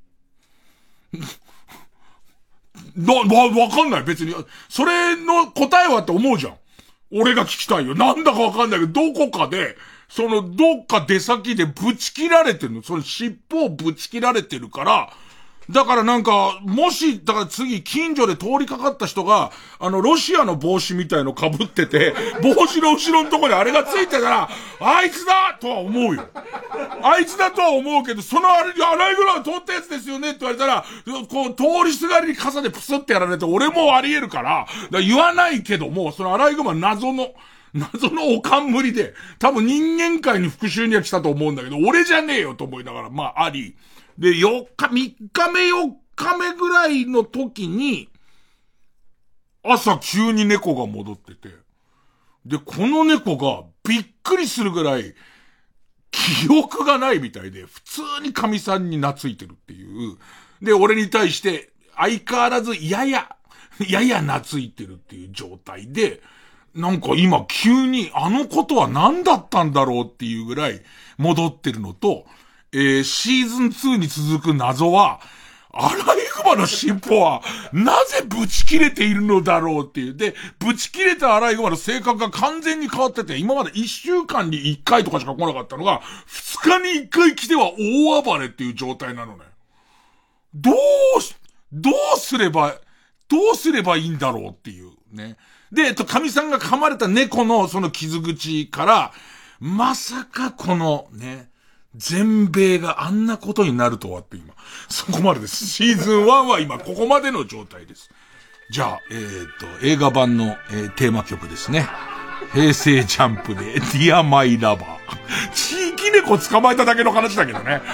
A: わかんない、別に。それの答えはって思うじゃん。俺が聞きたいよ。なんだかわかんないけど、どこかで、どっか出先でぶち切られてるの。その尻尾をぶち切られてるから、 だからなんか、もし、だから次近所で通りかかった人が、ロシアの帽子みたいの被ってて、帽子の後ろのところにあれがついてたら、あいつだとは思うよ。あいつだとは思うけど、そのアライグマが通ったやつですよねって言われたら、こう、通りすがりに傘でプスってやられて、俺もあり得るから、言わないけども、そのアライグマ謎のおかんむりで、多分人間界に復讐には来たと思うんだけど、俺じゃねえよと思いながら、まああり。で、3日目ぐらいの時に、朝急に猫が戻ってて、で、この猫がびっくりするぐらい、記憶がないみたいで、普通に神さんに懐いてるっていう。で、俺に対して、相変わらずやや懐いてるっていう状態で、なんか今急にあのことは何だったんだろうっていうぐらい戻ってるのと、シーズン2に続く謎は、アライグマの尻尾は、なぜブチ切れているのだろうっていう。で、ブチ切れたアライグマの性格が完全に変わってて、今まで1週間に1回とかしか来なかったのが、2日に1回来ては大暴れっていう状態なのね。どうすればいいんだろうっていうね。で、神さんが噛まれた猫のその傷口から、まさかこのね、全米があんなことになるとはって今、そこまでです。シーズン1は今ここまでの状態です。じゃあ、映画版の、テーマ曲ですね。平成ジャンプで、Dear My Lover。地域猫捕まえただけの話だけどね。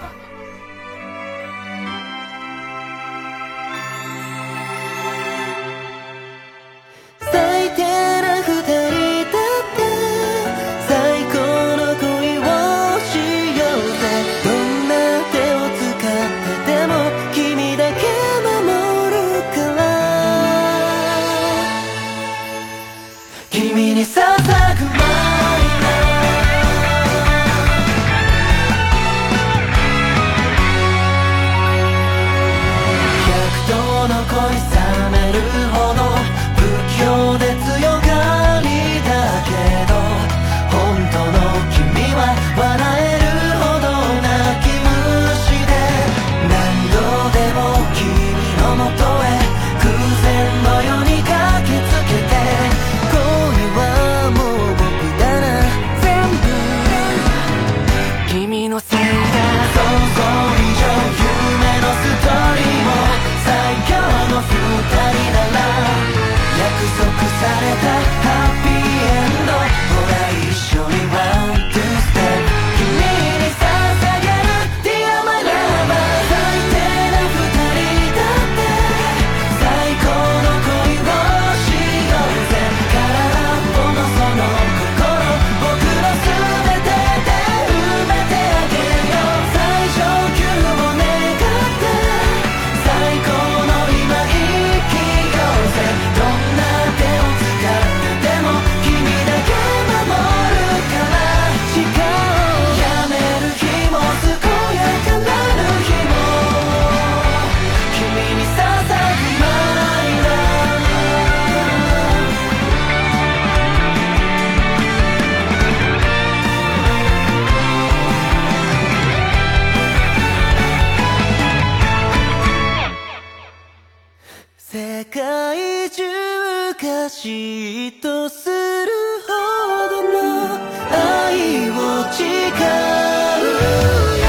F: 最低な二人だって最高の恋をしようぜ。どんな手を使ってでも君だけ守るから君に捧ぐマイ100度の恋冷めるほど不況で強がりだけど本当の君は笑えるほど泣き虫で何度でも君のもとへ偶然のように駆けつけて恋はもう僕だな全部君のせいだ想像以上夢のストーリーも最強の二人なら約束されたハッピーエンドほら一緒にワンツーステップ君に捧げる Dear My Lover 最低な二人だって最高の恋をしようぜ空っぽのその心僕の全てで埋めてあげよう最上級を願って最高の今生きようぜどんな手を使ってでも君だけ守るから誓おうやめる日も健やかなる日も君に捧ぐマイラ世界中が嫉妬するほどの愛を誓うよ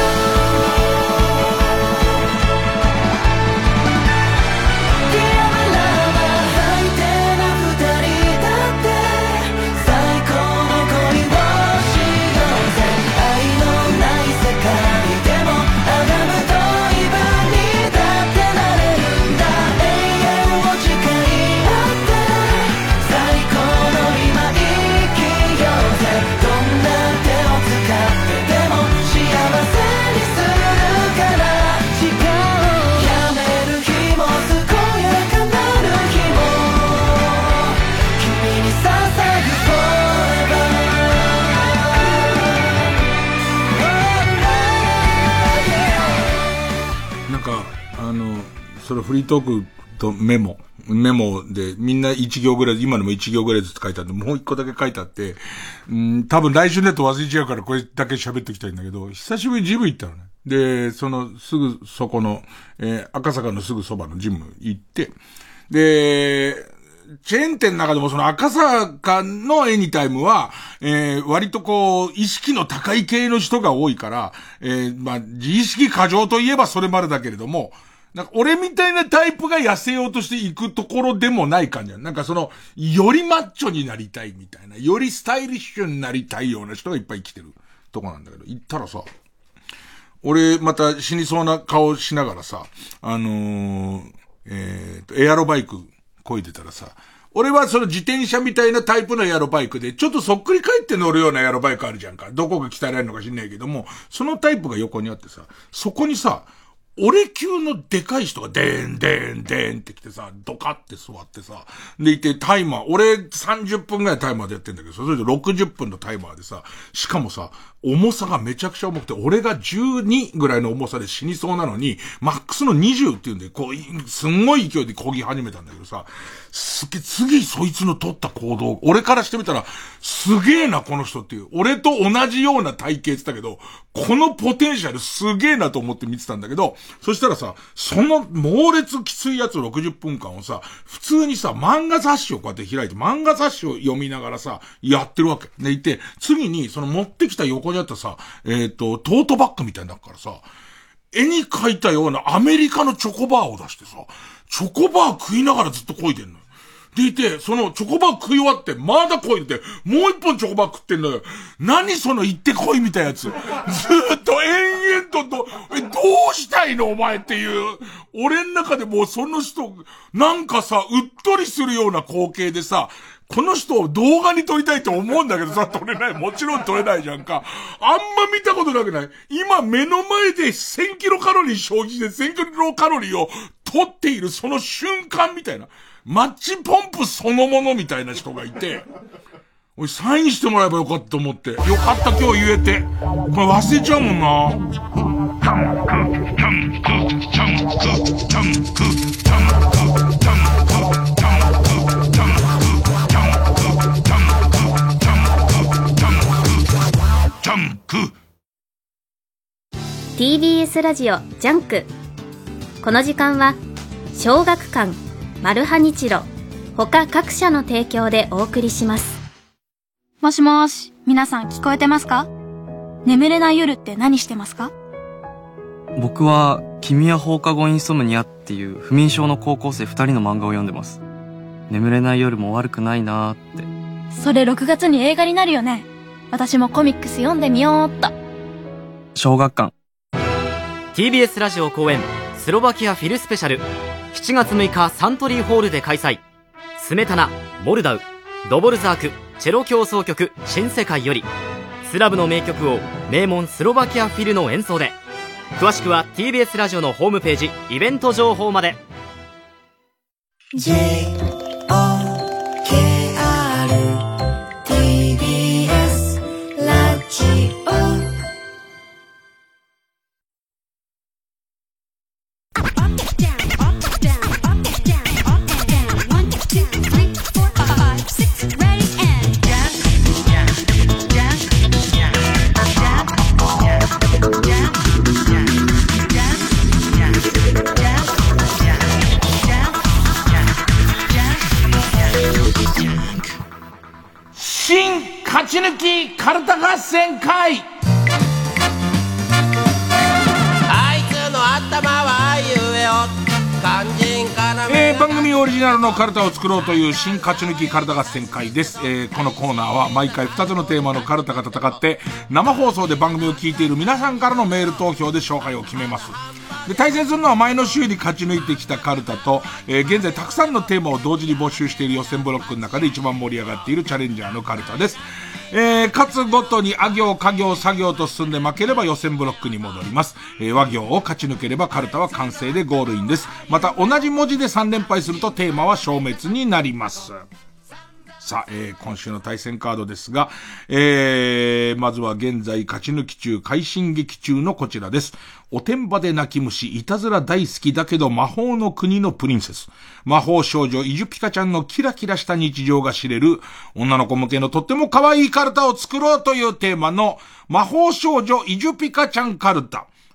F: Dear My Lover 最低な二人だって最高の恋をしようぜ愛のない世界でもアダムとイブにだってなれるんだ永遠を誓い合って最高の今生きようぜどんな手を使ってでも幸せにするから誓おうやめる日も健やかなる日も君に捧ぐ Forever
A: なんか、それフリートークとメモでみんな1行ぐらい、今のも1行ぐらいずつ書いてあって、もう1個だけ書いてあって、多分来週ネット忘れちゃうからこれだけ喋っておきたいんだけど、久しぶりにジム行ったのね。 で、すぐそこの、赤坂のすぐそばのジム行って、で、チェーン店の中でもその赤坂のエニタイムは、割とこう、意識の高い系の人が多いから、自意識過剰といえばそれまでだけれども、なんか俺みたいなタイプが痩せようとしていくところでもない感じ。なんかよりマッチョになりたいみたいな、よりスタイリッシュになりたいような人がいっぱい来てるとこなんだけど、行ったらさ、俺また死にそうな顔しながらさ、エアロバイク漕いでたらさ、俺はその自転車みたいなタイプのエアロバイクで、ちょっとそっくり返って乗るようなエアロバイクあるじゃんか。どこが鍛えられるのか知んないけども、そのタイプが横にあってさ、そこにさ、俺級のでかい人がでーんって来てさ、ドカって座ってさ、でいてタイマー、俺30分ぐらいタイマーでやってんだけど、それで60分のタイマーでさ、しかもさ、重さがめちゃくちゃ重くて、俺が12ぐらいの重さで死にそうなのに、マックスの20っていうんで、こう、すんごい勢いで漕ぎ始めたんだけどさ、次そいつの取った行動、俺からしてみたら、すげえなこの人っていう、俺と同じような体型って言ったけど、このポテンシャルすげえなと思って見てたんだけど、そしたらさ、その猛烈きついやつ60分間をさ、普通にさ、漫画雑誌をこうやって開いて、漫画雑誌を読みながらさ、やってるわけ。でいて、次にその持ってきた横にあったさ、トートバッグみたいになるからさ、絵に描いたようなアメリカのチョコバーを出してさ、チョコバー食いながらずっと漕いでんのよ。でいて、そのチョコバー食い終わって、まだ漕いでて、もう一本チョコバー食ってんのよ。何その行ってこいみたいなやつ。ずーっと延々とどうしたいのお前っていう。俺の中でもうその人、なんかさ、うっとりするような光景でさ、この人を動画に撮りたいと思うんだけどさ、撮れない。もちろん撮れないじゃんか。あんま見たことなくない？今目の前で1000キロカロリー消費して1000キロカロリーを取っているその瞬間みたいな。マッチポンプそのものみたいな人がいて、俺サインしてもらえばよかったと思って。よかった今日言えて。これ忘れちゃうもんな。
B: TBS ラジオジャンク。この時間は小学館マルハニチロ他各社の提供でお送りします。
Q: もしもーし、皆さん聞こえてますか？眠れない夜って何してますか？
R: 僕は君は放課後インソムニアっていう不眠症の高校生2人の漫画を読んでます。眠れない夜も悪くないなーって。
Q: それ6月に映画になるよね。私もコミックス読んでみようっと。
R: 小学館。
S: TBS ラジオ公演スロバキアフィルスペシャル、7月6日サントリーホールで開催。スメタナ、モルダウ、ドボルザーク、チェロ協奏曲新世界よりスラブの名曲を名門スロバキアフィルの演奏で。詳しくは TBS ラジオのホームページイベント情報まで。
F: TBS ラジオ。
A: 新勝ち抜きカルタ合戦会。
H: あいつの頭はあいうえお肝心から
A: 番組オリジナルのカルタを作ろうという新勝ち抜きカルタ合戦会です。このコーナーは毎回2つのテーマのカルタが戦って生放送で番組を聞いている皆さんからのメール投票で勝敗を決めます。で、対戦するのは前の週に勝ち抜いてきたカルタと、現在たくさんのテーマを同時に募集している予選ブロックの中で一番盛り上がっているチャレンジャーのカルタです。勝つごとにあ行、家行、作業と進んで負ければ予選ブロックに戻ります。和行を勝ち抜ければカルタは完成でゴールインです。また同じ文字で3連敗するとテーマは消滅になります。さあ、今週の対戦カードですが、まずは現在勝ち抜き中、快進撃中のこちらです。おてんばで泣き虫、いたずら大好きだけど魔法の国のプリンセス。魔法少女イジュピカちゃんのキラキラした日常が知れる、女の子向けのとっても可愛いカルタを作ろうというテーマの魔法少女イジュピカちゃんカルタ。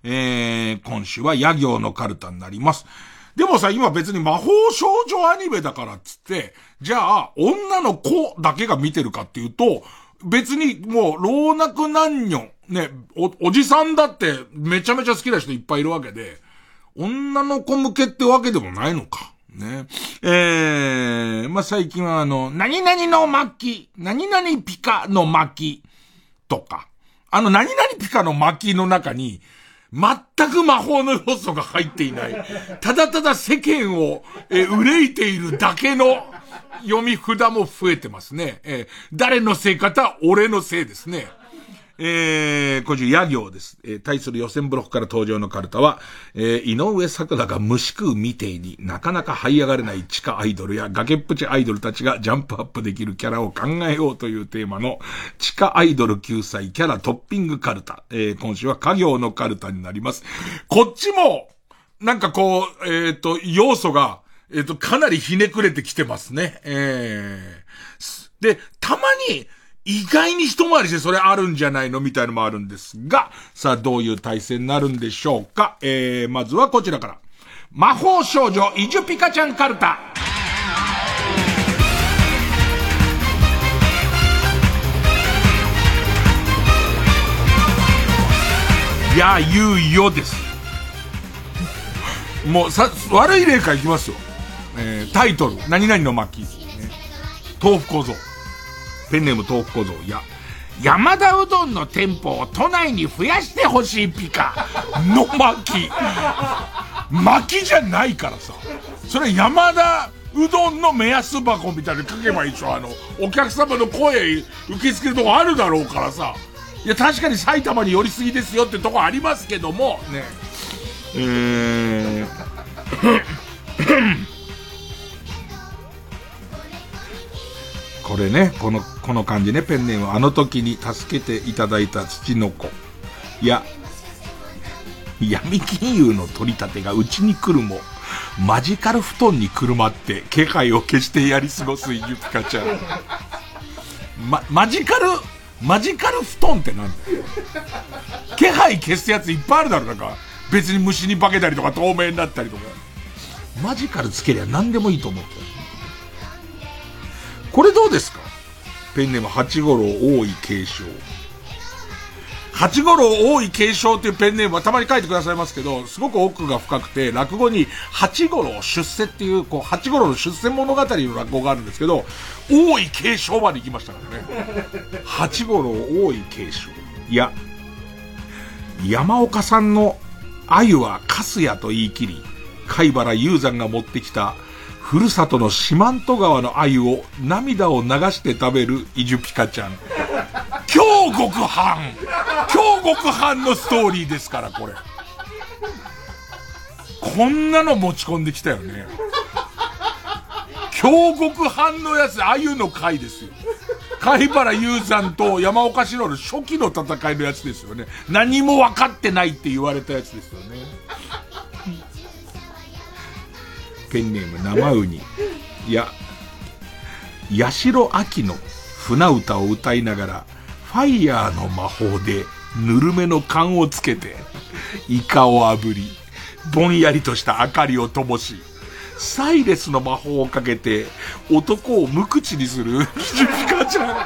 A: 今週は夜行のカルタになります。でもさ、今別に魔法少女アニメだからっつって、じゃあ、女の子だけが見てるかっていうと、別にもう老若男女、ね、おじさんだってめちゃめちゃ好きな人いっぱいいるわけで、女の子向けってわけでもないのか。ね。まあ、最近は何々の巻、何々ピカの巻とか、何々ピカの巻の中に、全く魔法の要素が入っていない。ただただ世間を、憂いているだけの読み札も増えてますね。誰のせいかた俺のせいですね。今週夜行です。対する予選ブロックから登場のカルタは、井上桜が虫食うみてえになかなか這い上がれない地下アイドルや崖っぷちアイドルたちがジャンプアップできるキャラを考えようというテーマの地下アイドル救済キャラトッピングカルタ。今週は家業のカルタになります。こっちも、なんかこう、要素が、かなりひねくれてきてますね。で、たまに、意外に一回りしてそれあるんじゃないのみたいのもあるんですが、さあどういう対戦になるんでしょうか。まずはこちらから。魔法少女イジュピカちゃんカルタ。いや、言うよです。もう悪い例からいきますよ。タイトル、何々の巻、豆腐小僧。ペンネーム豆腐小僧や、山田うどんの店舗を都内に増やしてほしいピカの巻。巻じゃないからさ。それ山田うどんの目安箱みたいに書けばいいでしょ。お客様の声受け付けるとこあるだろうからさ。いや、確かに埼玉に寄りすぎですよってとこありますけども、ね。これね、この感じね、ペンネーム、あの時に助けていただいた土の子。いや、闇金融の取り立てがうちに来るも、マジカル布団にくるまって気配を消してやり過ごすイジュピカちゃん。マジカル布団ってなんだよ。気配消すやついっぱいあるだろ、なんか。別に虫に化けたりとか透明になったりとか。マジカルつけりゃ何でもいいと思って。これどうですか？ペンネーム八五郎大井継承。八五郎大井継承っていうペンネームはたまに書いてくださいますけど、すごく奥が深くて、落語に八五郎出世っていう、八五郎の出世物語の落語があるんですけど、大井継承まで行きましたからね。八五郎大井継承。いや、山岡さんの鮎はカスヤと言い切り、貝原雄山が持ってきたふるさとの四万十川の鮎を涙を流して食べるイジュピカちゃん。京極藩のストーリーですから、これ。こんなの持ち込んできたよね。京極藩のやつ、鮎の回ですよ。貝原雄山と山岡四郎の初期の戦いのやつですよね。何も分かってないって言われたやつですよね。ペンネーム生ウニ。いや、八代亜紀の船歌を歌いながら、ファイヤーの魔法でぬるめの缶をつけて、イカを炙り、ぼんやりとした明かりを灯し、サイレスの魔法をかけて、男を無口にする、イジュピカちゃん。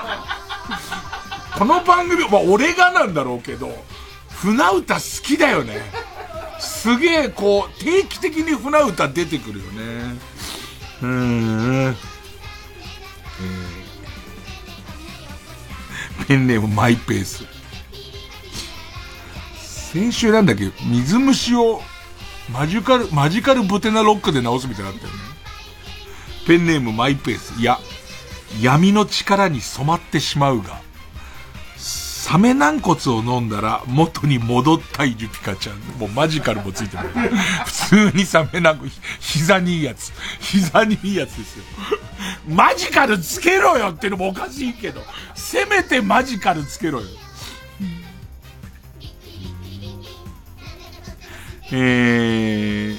A: この番組、俺がなんだろうけど、船歌好きだよね。すげえ定期的に船歌出てくるよね。ペンネームマイペース。先週なんだっけ、水虫をマジカルブテナロックで治すみたいになったよね。ペンネームマイペース。いや、闇の力に染まってしまうが、サメ軟骨を飲んだら元に戻ったイジュピカちゃん。もうマジカルもついてる。普通にサメ軟骨、膝にいいやつですよ。マジカルつけろよっていうのもおかしいけど、せめてマジカルつけろよ。ペ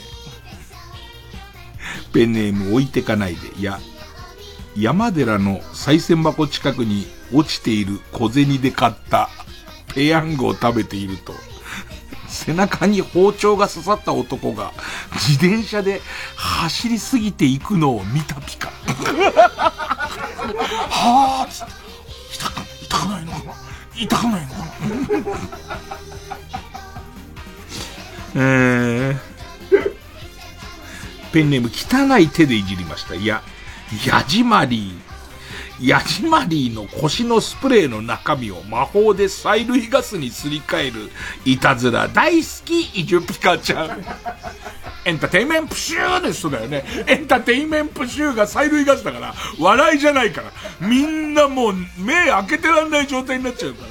A: ンネーム置いてかないで。いや、山寺の賽銭箱近くに落ちている小銭で買ったペヤングを食べていると、 背中に包丁が刺さった男が自転車で走りすぎていくのを見たピカ。はぁ、痛くないのかな、痛くないのかな。ペンネーム汚い手でいじりました。ヤジマリーの腰のスプレーの中身を魔法で催涙ガスにすり替えるいたずら大好きイジュピカちゃん。エンターテイメンプシューですだよね。エンターテイメンプシューが催涙ガスだから笑いじゃないから、みんなもう目開けてらんない状態になっちゃうから。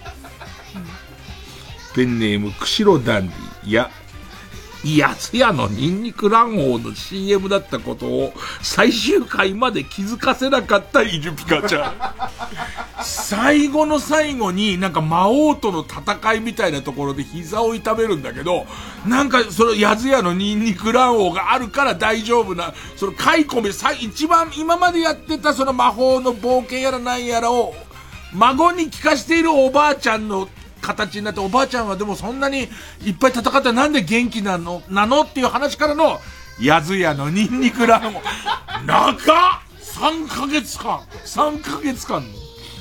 A: ペンネーム釧路ダンディ。やつやのニンニク卵黄の CM だったことを最終回まで気づかせなかったイジュピカちゃん。最後の最後になんか魔王との戦いみたいなところで膝を痛めるんだけど、なんかそのやつやのニンニク卵黄があるから大丈夫な、その買い込み、一番今までやってたその魔法の冒険やらなんやらを孫に聞かしているおばあちゃんの形になって、おばあちゃんはでもそんなにいっぱい戦ってなんで元気なのっていう話からのやずやのニンニク卵黄。長っ !3 ヶ月間の。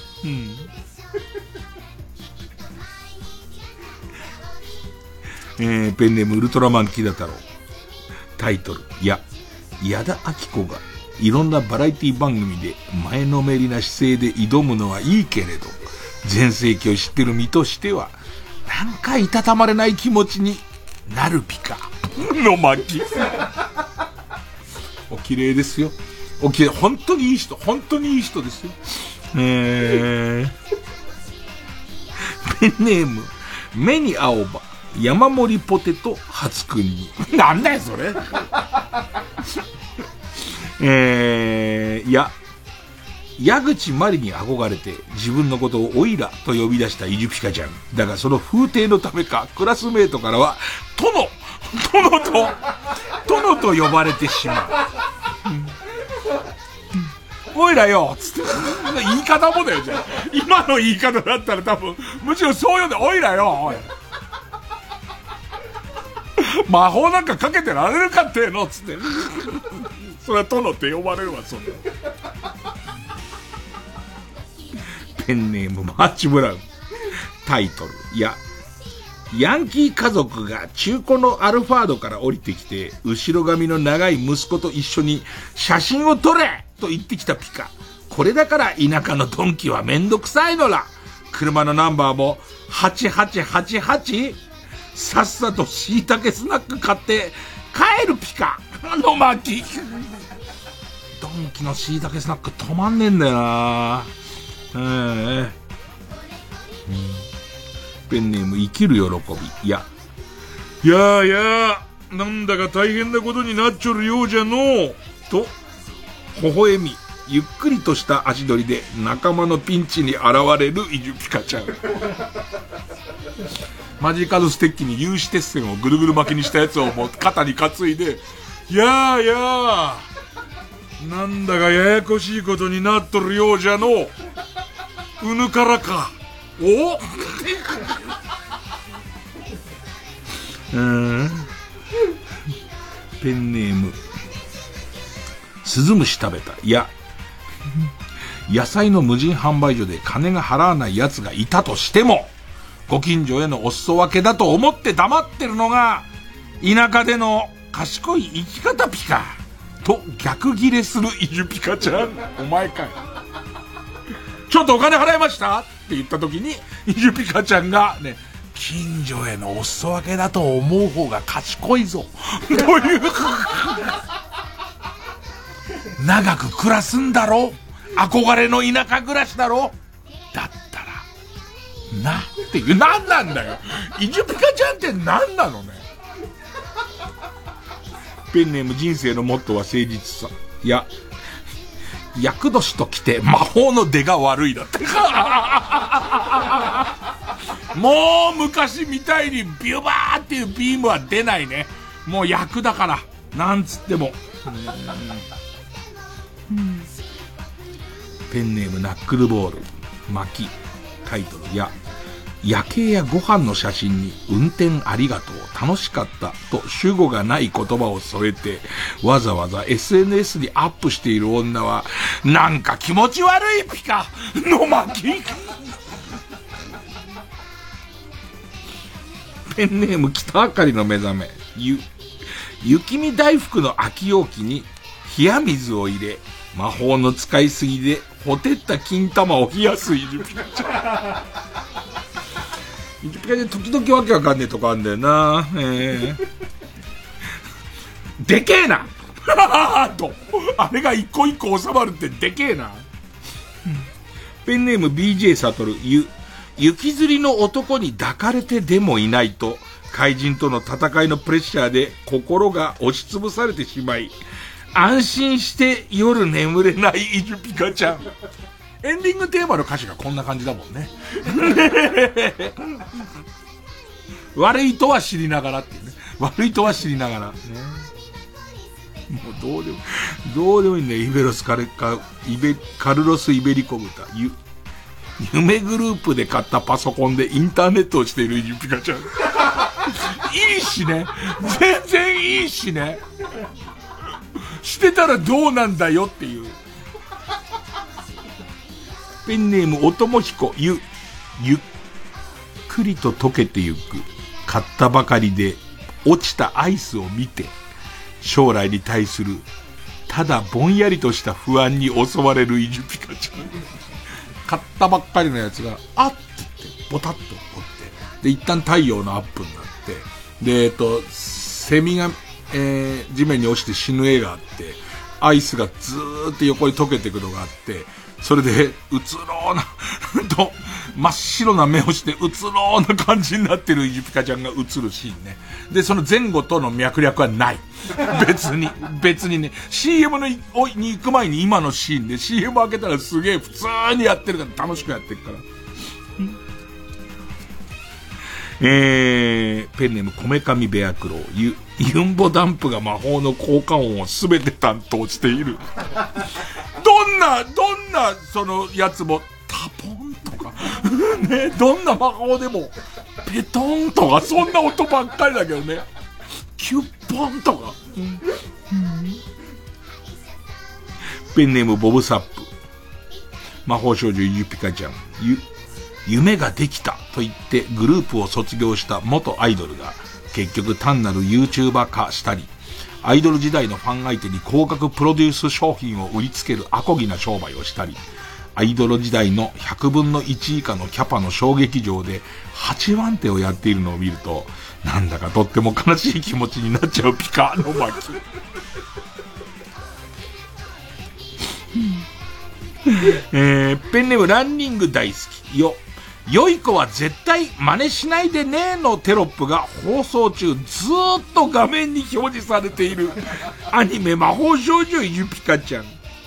A: ペンネームウルトラマンキダ太郎。タイトル、矢田亜希子がいろんなバラエティ番組で前のめりな姿勢で挑むのはいいけれど、全盛期を知ってる身としてはなんかいたたまれない気持ちになるピカの巻。お綺麗ですよ。お綺麗、本当にいい人ですよ。ペンネーム目に青葉山盛りポテト初くんに。なんだよそれ。矢口まりに憧れて自分のことをオイラと呼び出したイジュピカちゃん。だがその風体のためかクラスメートからは殿と呼ばれてしまう。オイラよつって言い方もだよ。じゃあ今の言い方だったら多分むしろそう呼んでオイラよおい魔法なんかかけてられるかってのつってそれは殿って呼ばれるわ。そんなペンネームマーチブラウン。タイトル、ヤンキー家族が中古のアルファードから降りてきて後ろ髪の長い息子と一緒に写真を撮れと言ってきたピカ。これだから田舎のドンキはめんどくさいのら。車のナンバーも8888。さっさとしいたけスナック買って帰るピカの巻。ドンキのしいたけスナック止まんねえんだよな。ペンネーム生きる喜び。なんだか大変なことになっちょるようじゃのうと微笑みゆっくりとした足取りで仲間のピンチに現れるイジュピカちゃん。マジカルステッキに有刺鉄線をぐるぐる巻きにしたやつをもう肩に担いで、なんだかややこしいことになっとるようじゃのう。うぬからか。おペンネームスズムシ食べた。野菜の無人販売所で金が払わない奴がいたとしてもご近所へのお裾分けだと思って黙ってるのが田舎での賢い生き方ピカと逆ギレするイジュピカちゃん。お前かい。ちょっとお金払いましたって言った時にイジュピカちゃんがね、近所へのお裾分けだと思う方が賢いぞという長く暮らすんだろ、憧れの田舎暮らしだろ、だったらなっていう。何なんだよイジュピカちゃんって何なのね。ペンネーム人生のモットーは誠実さ。厄年ときて魔法の出が悪いだってもう昔みたいにビュバーっていうビームは出ないね。もう役だからなんつっても。ペンネームナックルボール巻き。タイトル夜景やご飯の写真に運転ありがとう、楽しかったと主語がない言葉を添えてわざわざ SNS にアップしている女はなんか気持ち悪いピカの巻ペンネーム北あかりの目覚め。雪見大福の空き容器に冷や水を入れ、魔法の使いすぎでほてった金玉を冷やすイジュピカちゃん。イジュピカちゃん時々わけわかんねえとこあんだよな。でけえなとあれが一個一個収まるってでけえな。ペンネーム BJ サトル。雪吊りの男に抱かれてでもいないと怪人との戦いのプレッシャーで心が押しつぶされてしまい、安心して夜眠れないイジュピカちゃん。エンディングテーマの歌詞がこんな感じだもんね。悪いとは知りながらっていうね。悪いとは知りながら、ね、もうどうでもいいね。カルロス・イベリコ豚。夢グループで買ったパソコンでインターネットをしているイジュピカちゃん。いいしね。全然いいしね。してたらどうなんだよっていう。ペンネームおともひこ。ゆっくりと溶けてゆく。買ったばかりで落ちたアイスを見て、将来に対するただぼんやりとした不安に襲われるイジュピカちゃん。買ったばっかりのやつがあって言ってボタッと折って、で一旦太陽のアップになって、でセミが、地面に落ちて死ぬ絵があって、アイスがずーっと横に溶けていくのがあって、それでうつろうなと真っ白な目をしてうつろうな感じになってるイジュピカちゃんが映るシーンね。でその前後との脈絡はない。別にね、 CM に行く前に今のシーンで CM 開けたらすげえ普通にやってるから楽しくやってるから。ペンネームこめかみベアクロー。ユンボダンプが魔法の効果音をすべて担当している。どんなそのやつもタポンとかね、どんな魔法でもペトンとかそんな音ばっかりだけどね。キュッポンとか、ペンネームボブサップ。魔法少女イジュピカちゃん。夢ができたと言ってグループを卒業した元アイドルが結局単なる YouTuber 化したり、アイドル時代のファン相手に高額プロデュース商品を売りつけるアコギな商売をしたり、アイドル時代の100分の1以下のキャパの小劇場で8番手をやっているのを見ると、なんだかとっても悲しい気持ちになっちゃうピカの巻。ペンネームランニング大好き。良い子は絶対真似しないでねのテロップが放送中ずーっと画面に表示されているアニメ魔法少女イジュピカちゃん。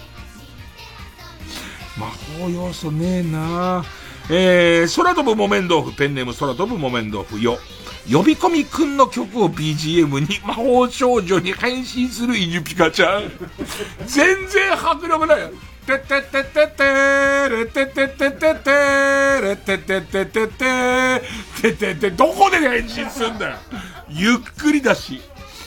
A: 魔法要素ねえな。空飛ぶ木綿豆腐。ペンネーム空飛ぶ木綿豆腐。呼び込みくんの曲を BGM に魔法少女に変身するイジュピカちゃん。全然迫力ないよ。てててててれてててててれててててててて、どこで変身すんだよ。ゆっくりだし。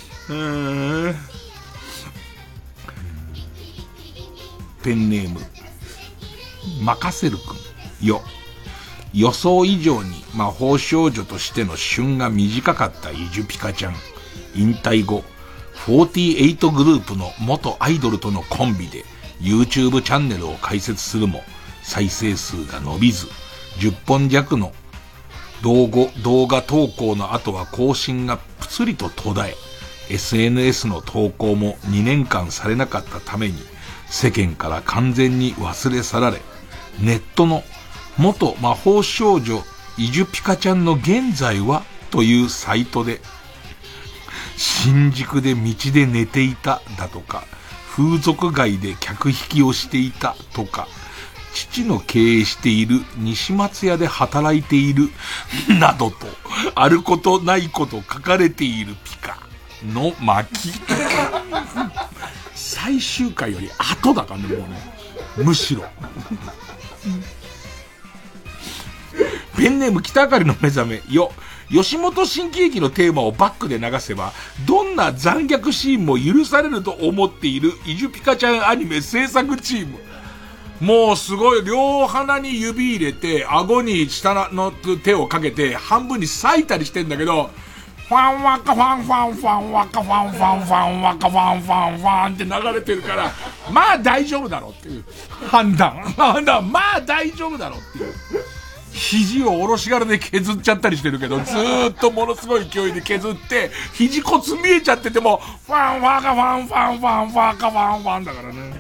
A: ペンネーム任せるくん。予想以上に魔法少女としての旬が短かったイジュピカちゃん。引退後48グループの元アイドルとのコンビでYouTube チャンネルを開設するも再生数が伸びず、10本弱の動画投稿の後は更新がぷつりと途絶え、 SNS の投稿も2年間されなかったために世間から完全に忘れ去られ、ネットの元魔法少女イジュピカちゃんの現在はというサイトで、新宿で道で寝ていただとか、風俗街で客引きをしていたとか、父の経営している西松屋で働いているなどとあることないこと書かれているピカの巻。最終回より後だからね、もうね、むしろ。 ペンネーム北あかりの目覚めよ。吉本新喜劇のテーマをバックで流せば、どんな残虐シーンも許されると思っているイジュピカちゃんアニメ制作チーム。もうすごい、両鼻に指入れて、顎に下の手をかけて、半分に裂いたりしてんだけど、ファンワカファンファンファンワカファンファンファンワカファンファンファンって流れてるから、まあ大丈夫だろうっていう判断。まあ大丈夫だろうっていう。肘をおろし柄で削っちゃったりしてるけど、ずーっとものすごい勢いで削って、肘骨見えちゃってても、ファンワカファンファンファンファカファンファンだからね。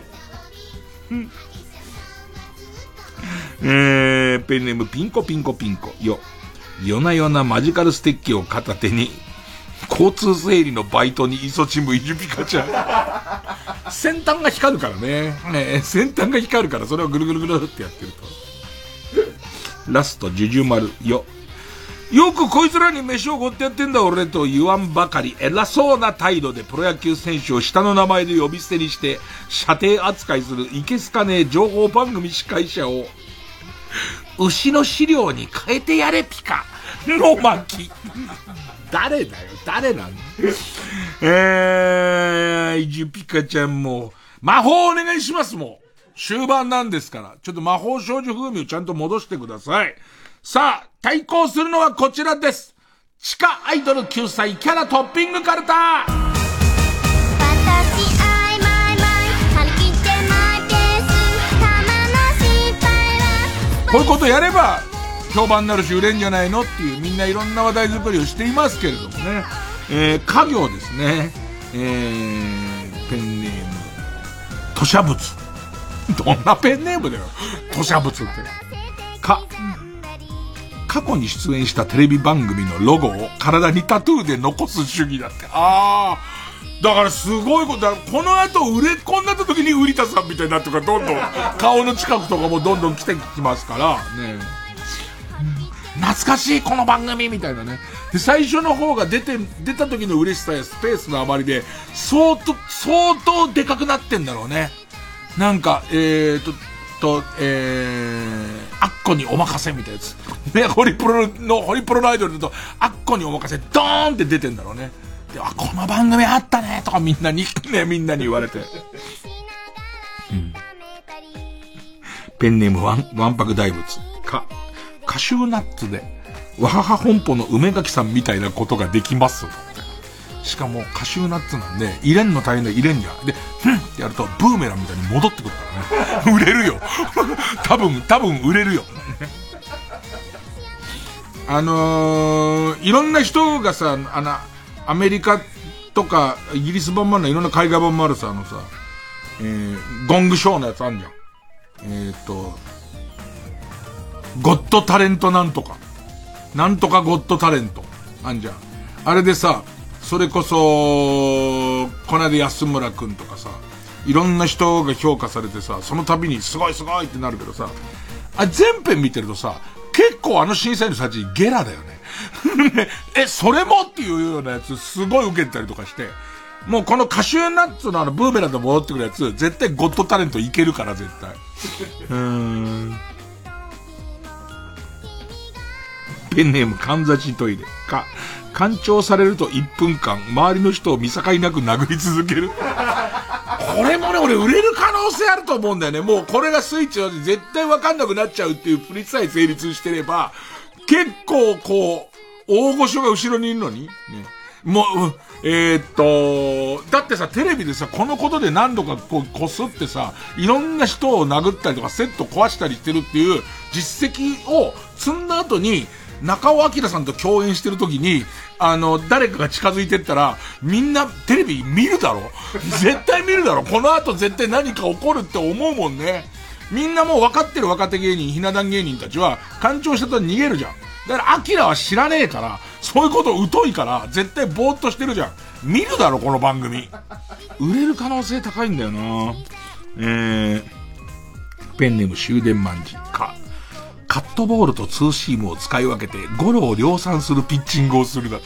A: ペンネームピンコピンコピンコよ。夜な夜なマジカルステッキを片手に交通整理のバイトに勤しむイジュピカちゃん。先端が光るからね。先端が光るからそれをぐるぐるぐるってやってると。ラストジュジュマルよ。よくこいつらに飯をおごってやってんだ俺と言わんばかり偉そうな態度でプロ野球選手を下の名前で呼び捨てにして射程扱いするいけすかねえ情報番組司会者を牛の飼料に変えてやれピカの巻。誰だよ、誰なの。イジュピカちゃんも魔法お願いしますもう。終盤なんですから、ちょっと魔法少女風味をちゃんと戻してください。さあ、対抗するのはこちらです。地下アイドル救済キャラトッピングカルタ。こういうことやれば評判になるし売れんじゃないのっていう、みんないろんな話題作りをしていますけれどもね。家業ですね。ペンネーム吐砂物。どんなペンネームだよ、吐砂物って。過去に出演したテレビ番組のロゴを体にタトゥーで残す主義だって。だからすごいことだ。この後売れっ子になった時にウリタさんみたいになってからどんどん顔の近くとかもどんどん来てきますからね。懐かしいこの番組みたいなね。で、最初の方が出た時の嬉しさやスペースの余りで相当でかくなってんだろうね。なんかアッコにお任せみたいなやつね。ホリプロのアイドルだとアッコにお任せドーンって出てんだろうね。で、この番組あったねとかみんなに言われて。ペンネームわんぱく大仏。カシューナッツでわはは本舗の梅垣さんみたいなことができます。しかもカシューナッツなんで入れんの大変だ、入れんじゃん。で、ってやるとブーメランみたいに戻ってくるからね。売れるよ。多分売れるよ。いろんな人がさ、アメリカとかイギリス版もあるの、いろんな海外版もあるさ、ゴングショーのやつあんじゃん。ゴッドタレントなんとかゴッドタレントあんじゃん。あれでさ、それこそこの間安村くんとかさ、いろんな人が評価されてさ、その度にすごいすごいってなるけどさ、全編見てるとさ、結構審査員の人たちゲラだよね。それもっていうようなやつすごい受けたりとかして、もうこのカシューナッツのブーメランで戻ってくるやつ絶対ゴッドタレントいけるから絶対。ペンネームかんざしトイレ。干潮されると1分間周りの人を見境なく殴り続ける。これもね、俺売れる可能性あると思うんだよね。もうこれがスイッチで絶対わかんなくなっちゃうっていうプリさえ成立してれば、結構こう大御所が後ろにいるのにね。もうだってさ、テレビでさ、このことで何度かこすってさ、いろんな人を殴ったりとかセット壊したりしてるっていう実績を積んだ後に、中尾明さんと共演してる時に、誰かが近づいてったら、みんなテレビ見るだろ。絶対見るだろ。この後絶対何か起こるって思うもんね。みんなもう分かってる若手芸人、ひな壇芸人たちは、干潮したと逃げるじゃん。だから、明は知らねえから、そういうこと疎いから、絶対ぼーっとしてるじゃん。見るだろ、この番組。売れる可能性高いんだよな。ペンネーム終電万事。カットボールとツーシームを使い分けてゴロを量産するピッチングをするだって。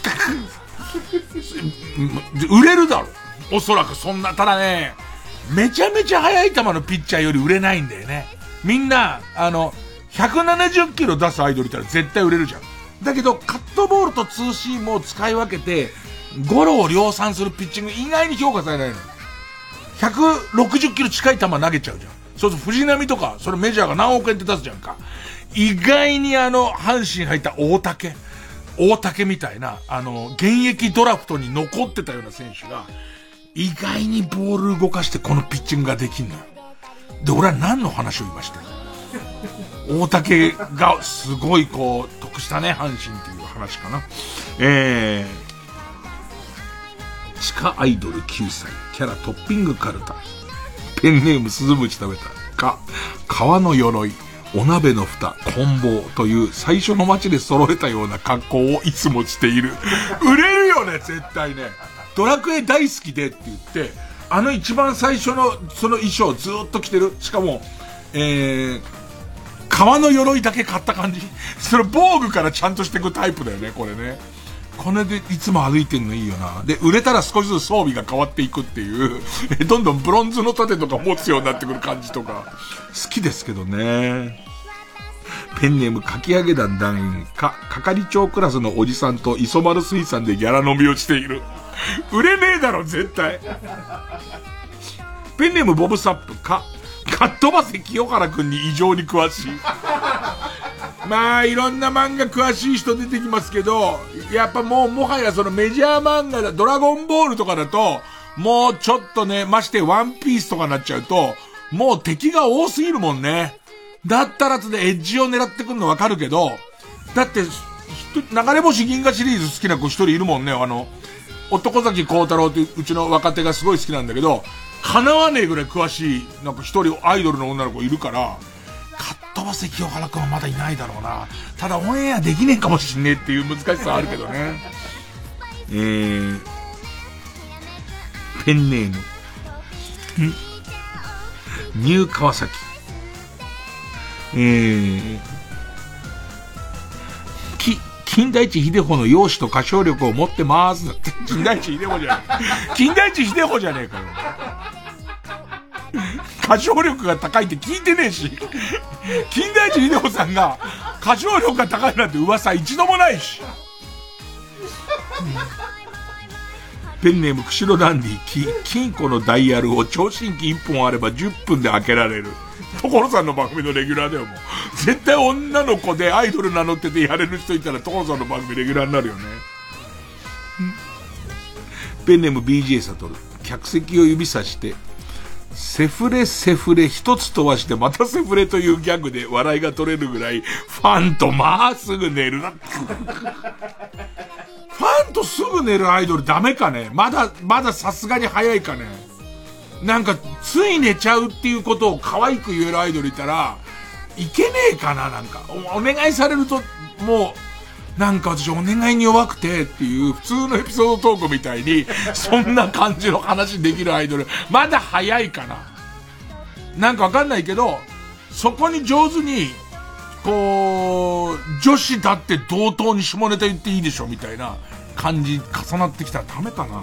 A: 売れるだろ。おそらくそんな。ただね、めちゃめちゃ速い球のピッチャーより売れないんだよね。みんな、 170キロ出すアイドルいたら絶対売れるじゃん。だけど、カットボールとツーシームを使い分けて、ゴロを量産するピッチング意外に評価されないの。160キロ近い球投げちゃうじゃん。そうすると藤浪とか、それメジャーが何億円って出すじゃんか。意外に阪神入った大竹みたいな、現役ドラフトに残ってたような選手が、意外にボール動かしてこのピッチングができんのよ。で、俺は何の話を言いましたよ。大竹がすごいこう、得したね、阪神っていう話かな。地下アイドル9歳、キャラトッピングカルタ。ペンネームスズムチ食べた。革の鎧、お鍋の蓋、棍棒という最初の街で揃えたような格好をいつもしている。売れるよね、絶対ね。ドラクエ大好きでって言って、一番最初のその衣装ずーっと着てる。しかも、革の鎧だけ買った感じ。それ防具からちゃんとしていくタイプだよね、これね。これでいつも歩いてんのいいよな。で、売れたら少しずつ装備が変わっていくっていう、どんどんブロンズの盾とか持つようになってくる感じとか、好きですけどね。ペンネームかき上げ団団員、係長クラスのおじさんと磯丸水産でギャラ飲みをしている。売れねえだろ、絶対。ペンネームボブサップ、かっ飛ばせ清原くんに異常に詳しい。まあ、いろんな漫画詳しい人出てきますけど、やっぱもはやそのメジャー漫画だ、ドラゴンボールとかだと、もうちょっとね、ましてワンピースとかになっちゃうと、もう敵が多すぎるもんね。だったらでエッジを狙ってくるのわかるけど、だって、流れ星銀河シリーズ好きな子一人いるもんね。男崎幸太郎ってうちの若手がすごい好きなんだけど、叶わねえぐらい詳しい、なんか一人アイドルの女の子いるから、かっ飛ばせ清原くんはまだいないだろうな。ただオンエアできねえかもしんねえっていう難しさはあるけどね。ペンネーム。ニュー川崎。金田一秀穂の容姿と歌唱力を持ってます。金田一秀穂じゃねえ。金田一秀穂じゃねえかよ。歌唱力が高いって聞いてねえし。金田一秀穂さんが歌唱力が高いなんて噂一度もないし。ペンネーム釧路ダンディ、金庫のダイヤルを聴診器1本あれば10分で開けられる。所さんの番組のレギュラーだよ、もう。絶対女の子でアイドル名乗っててやれる人いたら所さんの番組レギュラーになるよね。ペンネーム BJ サトル、客席を指さしてセフレ一つ飛ばしてまたセフレというギャグで笑いが取れるぐらいファンとまあすぐ寝るな。ファンとすぐ寝るアイドルダメかね。まださすがに早いかね。なんかつい寝ちゃうっていうことを可愛く言えるアイドルいたらいけねえかな。なんかお願いされるともうなんか私お願いに弱くてっていう普通のエピソードトークみたいにそんな感じの話できるアイドルまだ早いかな。なんかわかんないけどそこに上手にこう女子だって同等に下ネタ言っていいでしょみたいな感じ重なってきたらダメかな。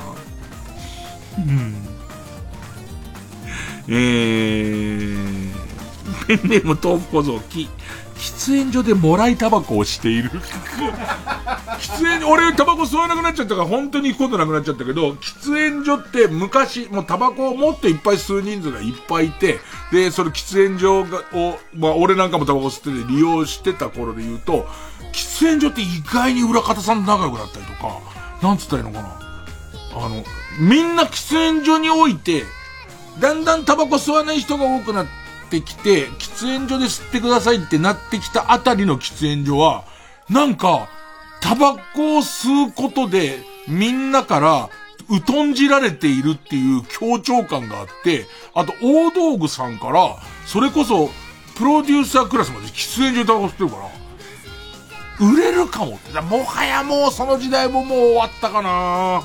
A: ペンネーム豆腐小僧、喫煙所でもらいタバコをしている。喫煙、俺タバコ吸わなくなっちゃったから本当に行くことなくなっちゃったけど、喫煙所って昔もうタバコをもっといっぱい吸う人数がいっぱいいて、でその喫煙所をまあ俺なんかもタバコ吸ってて利用してた頃で言うと、喫煙所って意外に裏方さんと仲良くなったりとか、なんつったらいいのかな、みんな喫煙所においてだんだんタバコ吸わない人が多くなってきて、喫煙所で吸ってくださいってなってきたあたりの喫煙所は、なんか、タバコを吸うことで、みんなから、疎んじられているっていう強調感があって、あと、大道具さんから、それこそ、プロデューサークラスまで喫煙所でタバコ吸ってるから、売れるかもって。もはやもうその時代ももう終わったかな。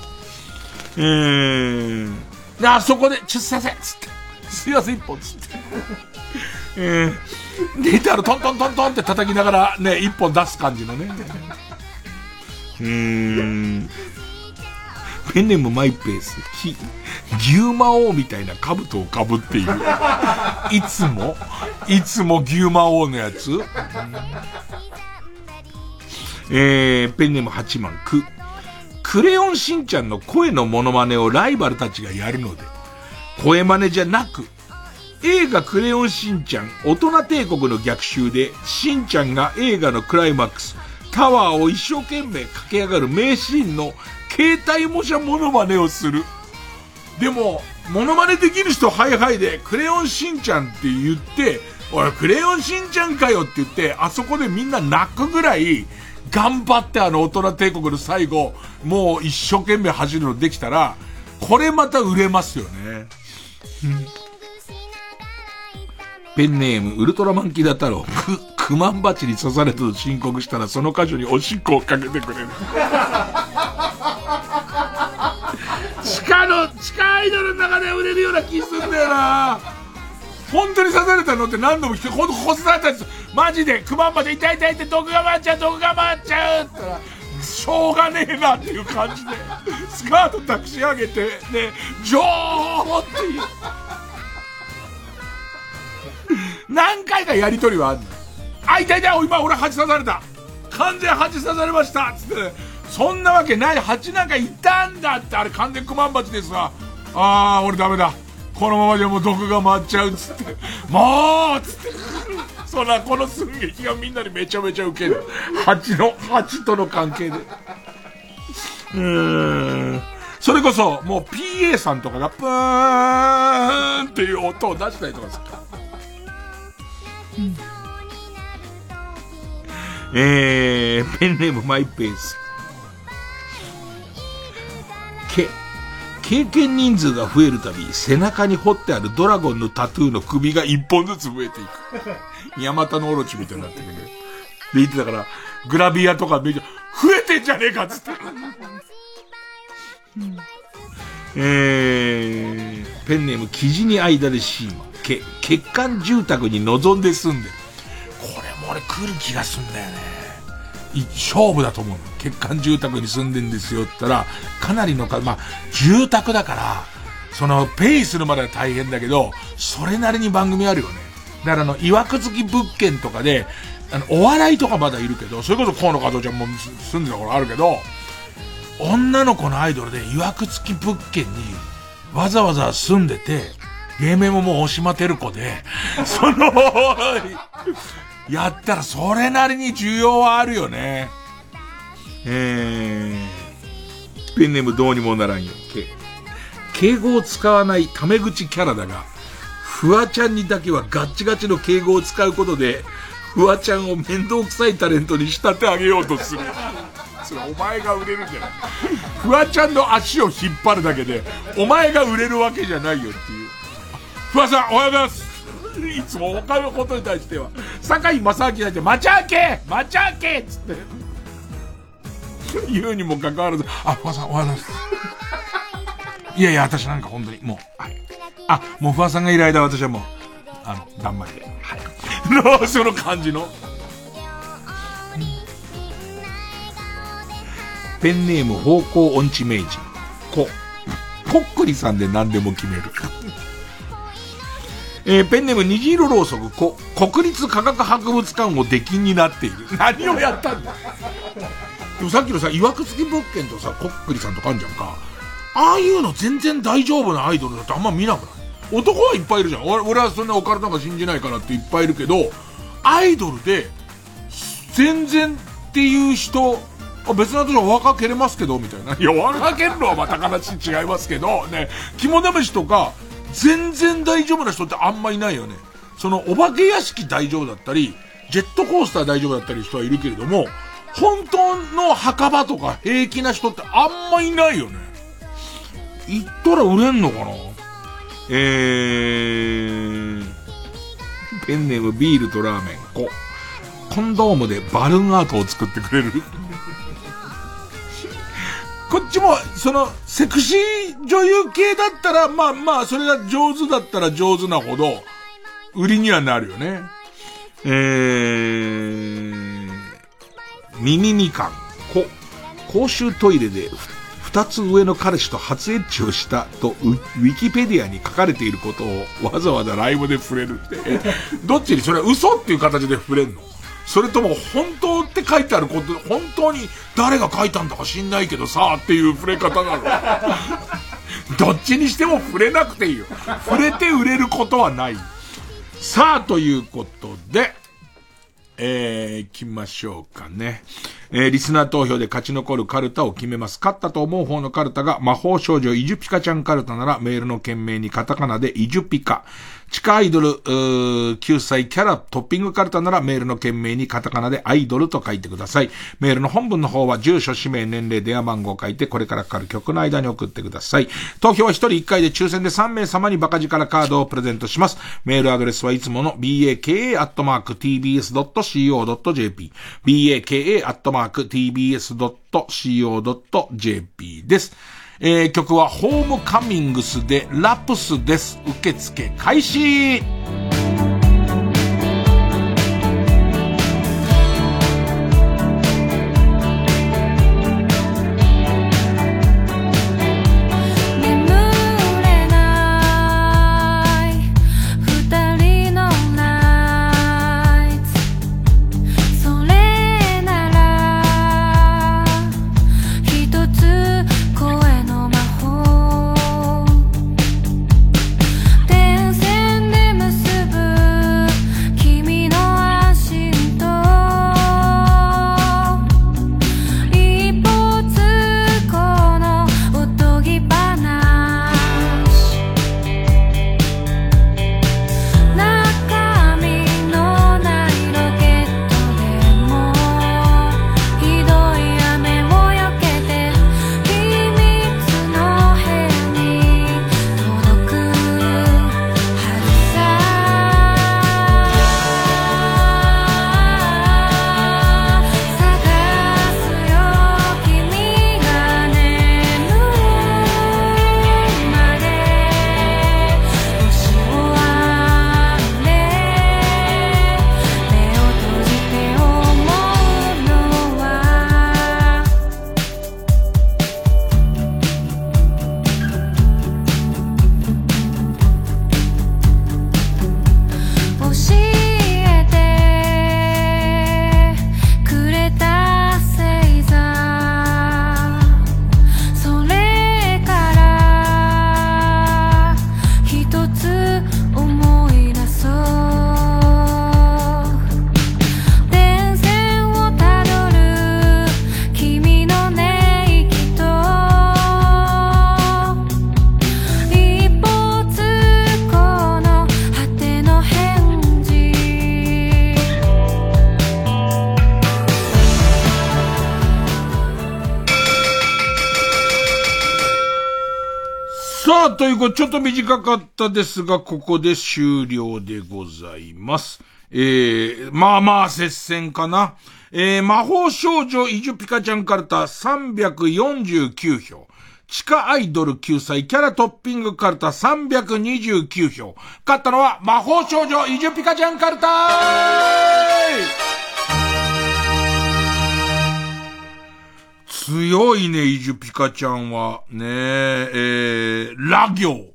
A: で、あそこで、すいません、つって。すいません、一本、つって。で、ギタートントントントンって叩きながらね、一本出す感じのね。ペンネームマイペース。 牛魔王みたいな兜をかぶっている。いつも牛魔王のやつ。ペンネーム8万クレヨンしんちゃんの声のモノマネをライバルたちがやるので、声真似じゃなく、映画クレヨンしんちゃん大人帝国の逆襲で、しんちゃんが映画のクライマックス、タワーを一生懸命駆け上がる名シーンの携帯模写モノマネをする。でも、モノマネできる人ハイハイで、クレヨンしんちゃんって言って、おい、クレヨンしんちゃんかよって言って、あそこでみんな泣くぐらい、頑張って大人帝国の最後、もう一生懸命走るのできたら、これまた売れますよね。ペンネームウルトラマンキダ太郎、クマンバチに刺されたと申告したら、その箇所におしっこをかけてくれる。地下アイドルの中で売れるような気すんだよな。本当に刺されたのって何度も来て、ほんとこすられたんですよ。マジで、クマンバチ痛い痛いって毒が回っちゃうって言ったら、しょうがねえなっていう感じで、スカート抱き上げて、ね、ジョーっていう。何回かやりとりはあるの。あ、痛い痛い、今俺蜂刺された。完全蜂刺されましたつって、ね、そんなわけない、蜂なんかいたんだって、あれ完全クマンバチですが、俺ダメだ。このままでも毒が回っちゃうつって、もうつって、そらこの寸劇がみんなにめちゃめちゃウケる。蜂との関係で。それこそ、もう PA さんとかがプーンっていう音を出したりとかする。ペンネームマイペース。経験人数が増えるたび、背中に彫ってあるドラゴンのタトゥーの首が一本ずつ増えていく。ヤマタノオロチみたいになってくる。で、言ってたから、グラビアとかめちゃ、増えてんじゃねえかっつって。ペンネーム生地に間でシーマ。欠陥住宅に望んで住んでる。これも俺来る気がすんだよね。勝負だと思うの。欠陥住宅に住んでんですよって言ったら、かなりの住宅だから、ペイするまでは大変だけど、それなりに番組あるよね。だからいわくつき物件とかで、お笑いとかまだいるけど、それこそ河野加藤ちゃんも住んでた頃あるけど、女の子のアイドルでいわくつき物件にわざわざ住んでて、芸名ももう大島てる子で、やったらそれなりに需要はあるよね。ペンネームどうにもならんよ。敬語を使わないタメ口キャラだが、フワちゃんにだけはガッチガチの敬語を使うことで、フワちゃんを面倒くさいタレントに仕立て上げようとする。それお前が売れるんじゃない。フワちゃんの足を引っ張るだけで、お前が売れるわけじゃないよっていう。フワさん、おはようございます。いつも他のことに対しては、坂井正明に対して、待ち開けつって。言うにもかかわらず、フワさん、おはようございます。いやいや、私なんか本当に、もう、はい。もうフワさんがいる間、私はもう、だんまりで。はい。その感じの。ペンネーム方向音痴名人。こっくりさんで何でも決める。ペンネーム虹色ろうそく。国立科学博物館を出禁になっている。何をやったんだ。でもさっきのさ、いわくつき物件とさ、こっくりさんとかあんじゃんか。ああいうの全然大丈夫なアイドルだってあんま見なくない？男はいっぱいいるじゃん。俺はそんなオカルトなんか信じないからっていっぱいいるけど、アイドルで全然っていう人、別の人は若けれますけどみたいな。いや、若けるのはまた話違いますけどね。肝試しとか全然大丈夫な人ってあんまいないよね。お化け屋敷大丈夫だったり、ジェットコースター大丈夫だったり人はいるけれども、本当の墓場とか平気な人ってあんまいないよね。行ったら売れんのかな。ペンネームビールとラーメン。コンドームでバルーンアートを作ってくれる。こっちも、セクシー女優系だったら、まあ、それが上手だったら上手なほど、売りにはなるよね。耳みかん。公衆トイレで、 2つ上の彼氏と初エッチをしたとウィキペディアに書かれていることをわざわざライブで触れるって、どっちにそれは嘘っていう形で触れんの？それとも本当って書いてあること、本当に誰が書いたんだか知んないけどさっていう触れ方なの？どっちにしても触れなくていいよ。触れて売れることはない。さあ、ということで、行きましょうかね。リスナー投票で勝ち残るカルタを決めます。勝ったと思う方のカルタが魔法少女イジュピカちゃんカルタならメールの件名にカタカナでイジュピカ。地下アイドル、9歳キャラトッピングカルタならメールの件名にカタカナでアイドルと書いてください。メールの本文の方は住所、氏名、年齢、電話番号を書いてこれからかかる曲の間に送ってください。投票は1人1回で抽選で3名様にバカ力カードをプレゼントします。メールアドレスはいつもの baka@tbs.co.jp baka@tbs.co.jp です。曲はホームカミングスでラプスです。受付開始。ということで、ちょっと短かったですが、ここで終了でございます。まあまあ接戦かな。魔法少女イジュピカちゃんカルタ349票。地下アイドル9歳キャラトッピングカルタ329票。勝ったのは魔法少女イジュピカちゃんカルタ強いね、イジュピカちゃんは。ねラ行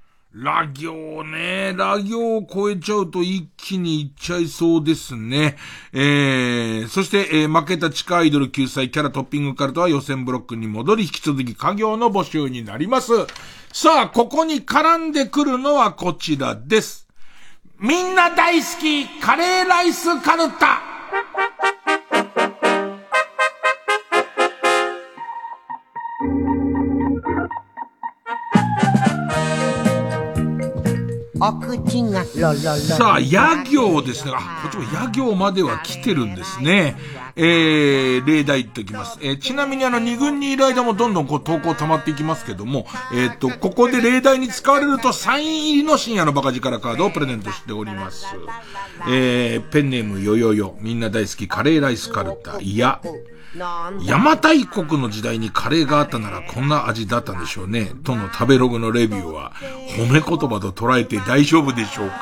A: ね。ラ行を超えちゃうと一気にいっちゃいそうですね。そして、負けた地下アイドル9歳キャラトッピングカルタは予選ブロックに戻り、引き続き家業の募集になります。さあ、ここに絡んでくるのはこちらです。みんな大好き、カレーライスカルタ。
T: お口が
A: さあ、ヤ行ですね。こっちもヤ行までは来てるんですね。例題言っておきます。ちなみに2軍にいる間もどんどんこう投稿溜まっていきますけども、ここで例題に使われるとサイン入りの深夜のバカ力カードをプレゼントしております。ペンネームよよよ。みんな大好きカレーライスカルタ。いや。邪馬台国の時代にカレーがあったならこんな味だったんでしょうね。との食べログのレビューは褒め言葉と捉えて大丈夫でしょうか。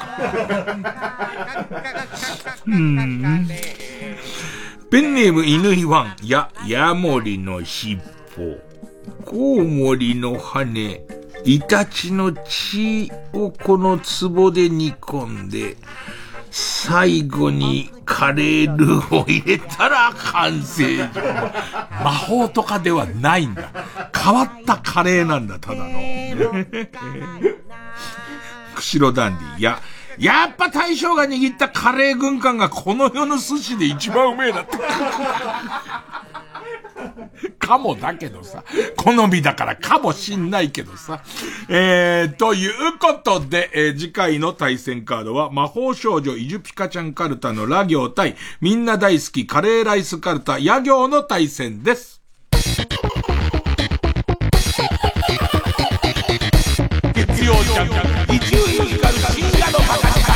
A: ペンネーム犬ワン。ヤモリの尻尾。 コウモリの羽、イタチの血をこの壺で煮込んで、最後にカレールーを入れたら完成。魔法とかではないんだ。変わったカレーなんだ、ただの。釧路ダンディ。やっぱ大将が握ったカレー軍艦がこの世の寿司で一番うめえだって。かもだけどさ、好みだからかもしんないけどさ。ということで、次回の対戦カードは魔法少女イジュピカちゃんカルタのラ行対みんな大好きカレーライスカルタヤ行の対戦です。月曜ジャンク一流ミュージカル深夜のバカ力。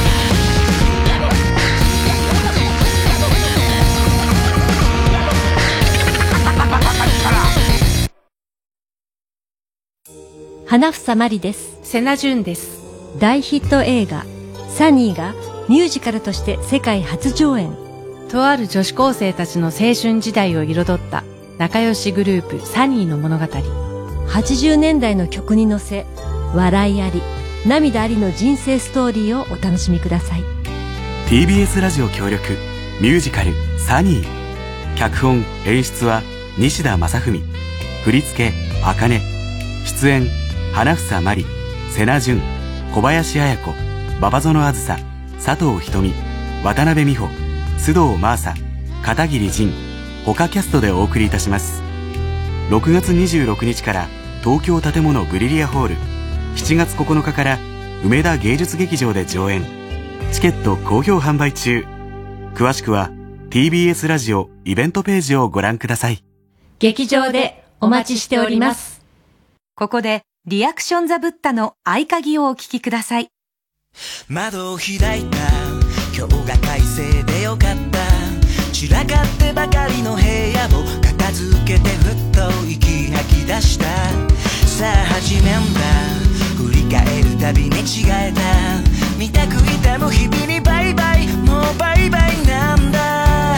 T: 花房まりです。
J: セナジュンです。
T: 大ヒット映画サニーがミュージカルとして世界初上演。
J: とある女子高生たちの青春時代を彩った仲良しグループサニーの物語。
T: 80年代の曲に乗せ、笑いあり涙ありの人生ストーリーをお楽しみください。
U: TBS ラジオ協力ミュージカルサニー。脚本演出は西田正文、振り付け茜、出演花房まり、瀬名淳、小林綾子、馬場園あずさ、佐藤瞳、渡辺美穂、須藤真麻、片桐仁、他キャストでお送りいたします。6月26日から東京建物グリリアホール、7月9日から梅田芸術劇場で上演。チケット好評販売中。詳しくは TBS ラジオイベントページをご覧ください。
T: 劇場でお待ちしております。
J: ここでリアクションザブッダの合鍵をお聞きください。
F: 窓を開いた今日が快晴でよかった。散らかってばかりの部屋を片付けてふっと息吐き出した。さあ始めんだ。振り返るたび寝違えた。見たく痛む日々にバイバイ、もうバイバイなんだ。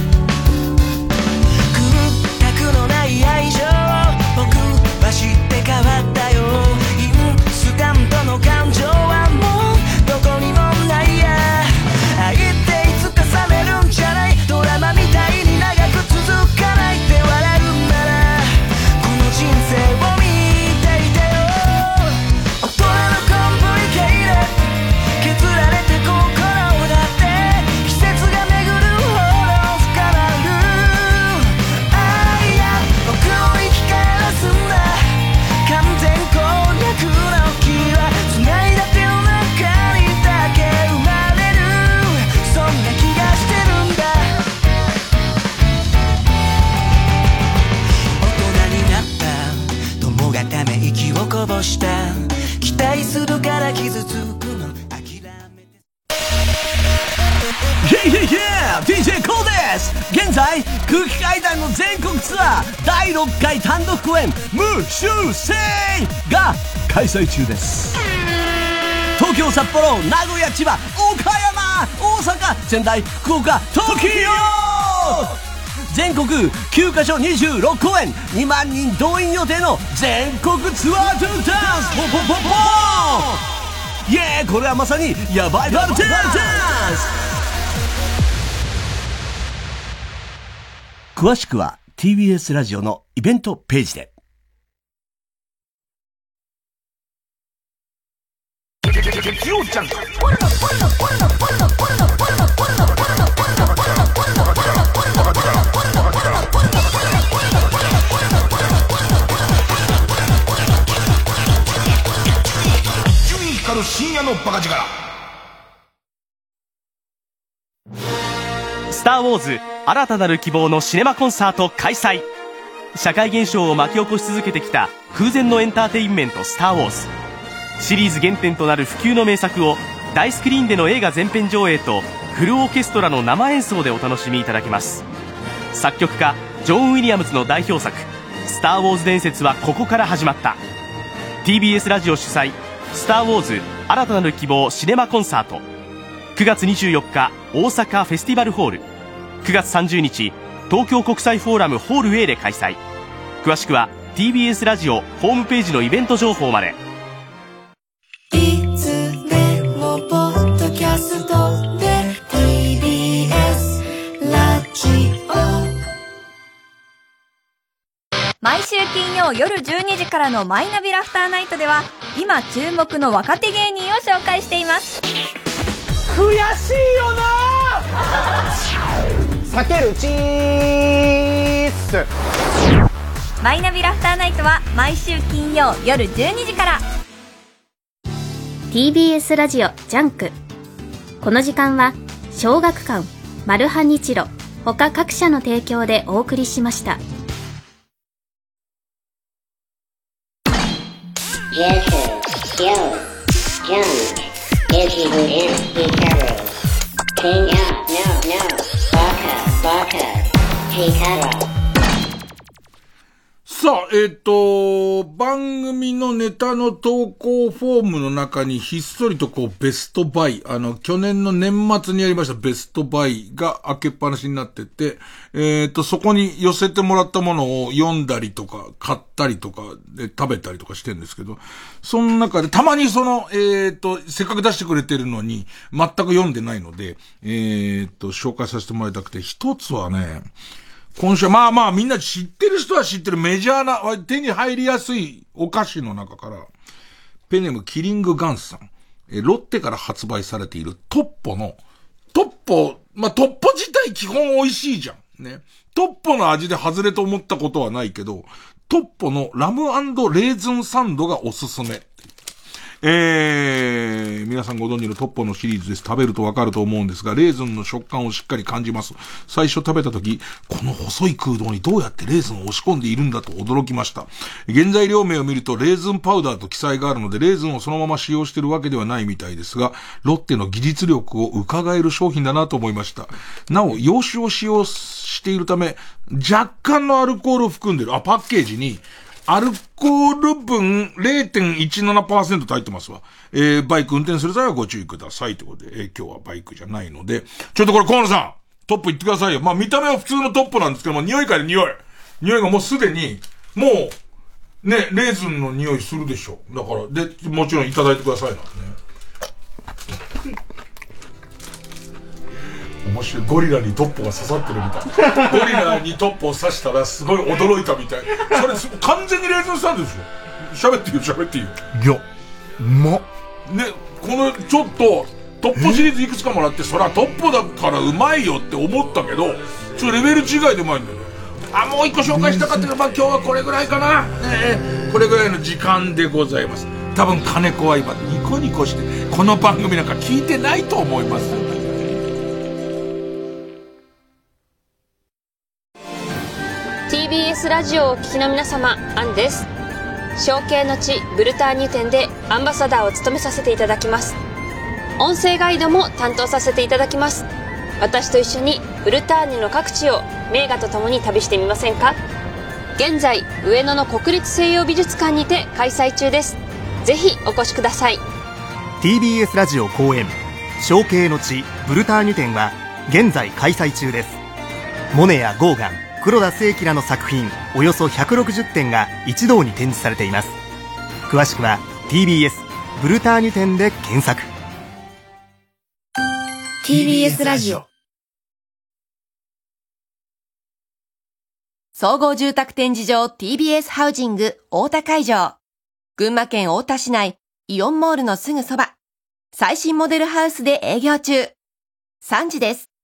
F: 屈託のない愛情僕は知って変わったよ。インスタントの感情はもうどこにもないや。愛っていつか冷めるんじゃない。ドラマみたいに長く続かないって笑うんならこの人生を見ていてよ。大人のコンプリケイで削られた心だって季節が巡るほど深まる。愛や僕を生き返らすんだ。完全攻略の木は繋いだ手の中にだけ生まれる。そんな気がしてるんだ。大人になった友がため息をこぼした。期待するから傷つくの諦めて。
V: DJ コーです。現在空気階段の全国ツアー第6回単独公演無修正が開催中です。東京、札幌、名古屋、千葉、岡山、大阪、仙台、福岡、東京全国9カ所26公演、2万人動員予定の全国ツアートゥーダンスポンポンポンポン。イエーイ、これはまさにヤバいバルダンス。詳しくは TBS ラジオのイベントページで。
A: 月曜ジャンク光る深夜のバカ力。
W: スターウォーズ新たなる希望のシネマコンサート開催。社会現象を巻き起こし続けてきた空前のエンターテインメントスターウォーズ。シリーズ原点となる不朽の名作を大スクリーンでの映画全編上映とフルオーケストラの生演奏でお楽しみいただけます。作曲家ジョン・ウィリアムズの代表作スター・ウォーズ伝説はここから始まった。 TBS ラジオ主催スター・ウォーズ新たなる希望シネマコンサート、9月24日大阪フェスティバルホール、9月30日東京国際フォーラムホール A で開催。詳しくは TBS ラジオホームページのイベント情報まで。
F: いつでもポッドキャストで TBS ラジオ。
C: 毎週金曜夜12時からのマイナビラフターナイトでは今注目の若手芸人を紹介しています。
K: 悔しいよな避けるチース。
C: マイナビラフターナイトは毎週金曜夜12時から。
B: TBS ラジオジャンク。この時間は小学館、マルハニチロ他各社の提供でお送りしました。
A: さあ、番組のネタの投稿フォームの中にひっそりとベストバイ、去年の年末にやりましたベストバイが開けっぱなしになってて、そこに寄せてもらったものを読んだりとか、買ったりとか、で食べたりとかしてるんですけど、その中でたまにせっかく出してくれてるのに、全く読んでないので、紹介させてもらいたくて、一つはね、今週はまあみんな知ってる人は知ってるメジャーな、手に入りやすいお菓子の中から、ペンネームキリングガンスさん、ロッテから発売されているトッポ自体基本美味しいじゃん。ね。トッポの味で外れと思ったことはないけど、トッポのラム&レーズンサンドがおすすめ。皆さんご存知のトッポのシリーズです。食べるとわかると思うんですが、レーズンの食感をしっかり感じます。最初食べた時、この細い空洞にどうやってレーズンを押し込んでいるんだと驚きました。原材料名を見るとレーズンパウダーと記載があるので、レーズンをそのまま使用しているわけではないみたいですが、ロッテの技術力を伺える商品だなと思いました。なお、洋酒を使用しているため、若干のアルコールを含んでる。パッケージに、アルコール分 0.17% と入ってますわ。バイク運転する際はご注意くださいということで、今日はバイクじゃないので、ちょっとこれ河野さん、トップ言ってくださいよ。見た目は普通のトップなんですけども、匂いがもうすでに、もう、ね、レーズンの匂いするでしょ。だから、で、もちろんいただいてくださいなんですね。面白い。ゴリラにトッポが刺さってるみたい。ゴリラにトッポを刺したらすごい驚いたみたい。それ完全にレーズンサンドでしょ。喋っていいよ。いや、ね、このちょっとトッポシリーズいくつかもらって、そりゃトッポだからうまいよって思ったけど、レベル違いでうまいんだよね。もう一個紹介したかったけど、今日はこれぐらいかな。これぐらいの時間でございます。多分金子は今ニコニコしてこの番組なんか聞いてないと思います。
E: TBS ラジオをお聞きの皆様、アンです。承継の地ブルターニュ店でアンバサダーを務めさせていただきます。音声ガイドも担当させていただきます。私と一緒にブルターニュの各地を名画とともに旅してみませんか。現在上野の国立西洋美術館にて開催中です。ぜひお越しください。
W: TBS ラジオ公演承継の地ブルターニュ展は現在開催中です。モネやゴーガン、黒田清輝らの作品およそ160点が一堂に展示されています。詳しくは TBS ブルターニュ展で検索。
G: TBS ラジオ総合住宅展示場 TBS ハウジング大田会場。群馬県太田市内イオンモールのすぐそば。最新モデルハウスで営業中。3時です。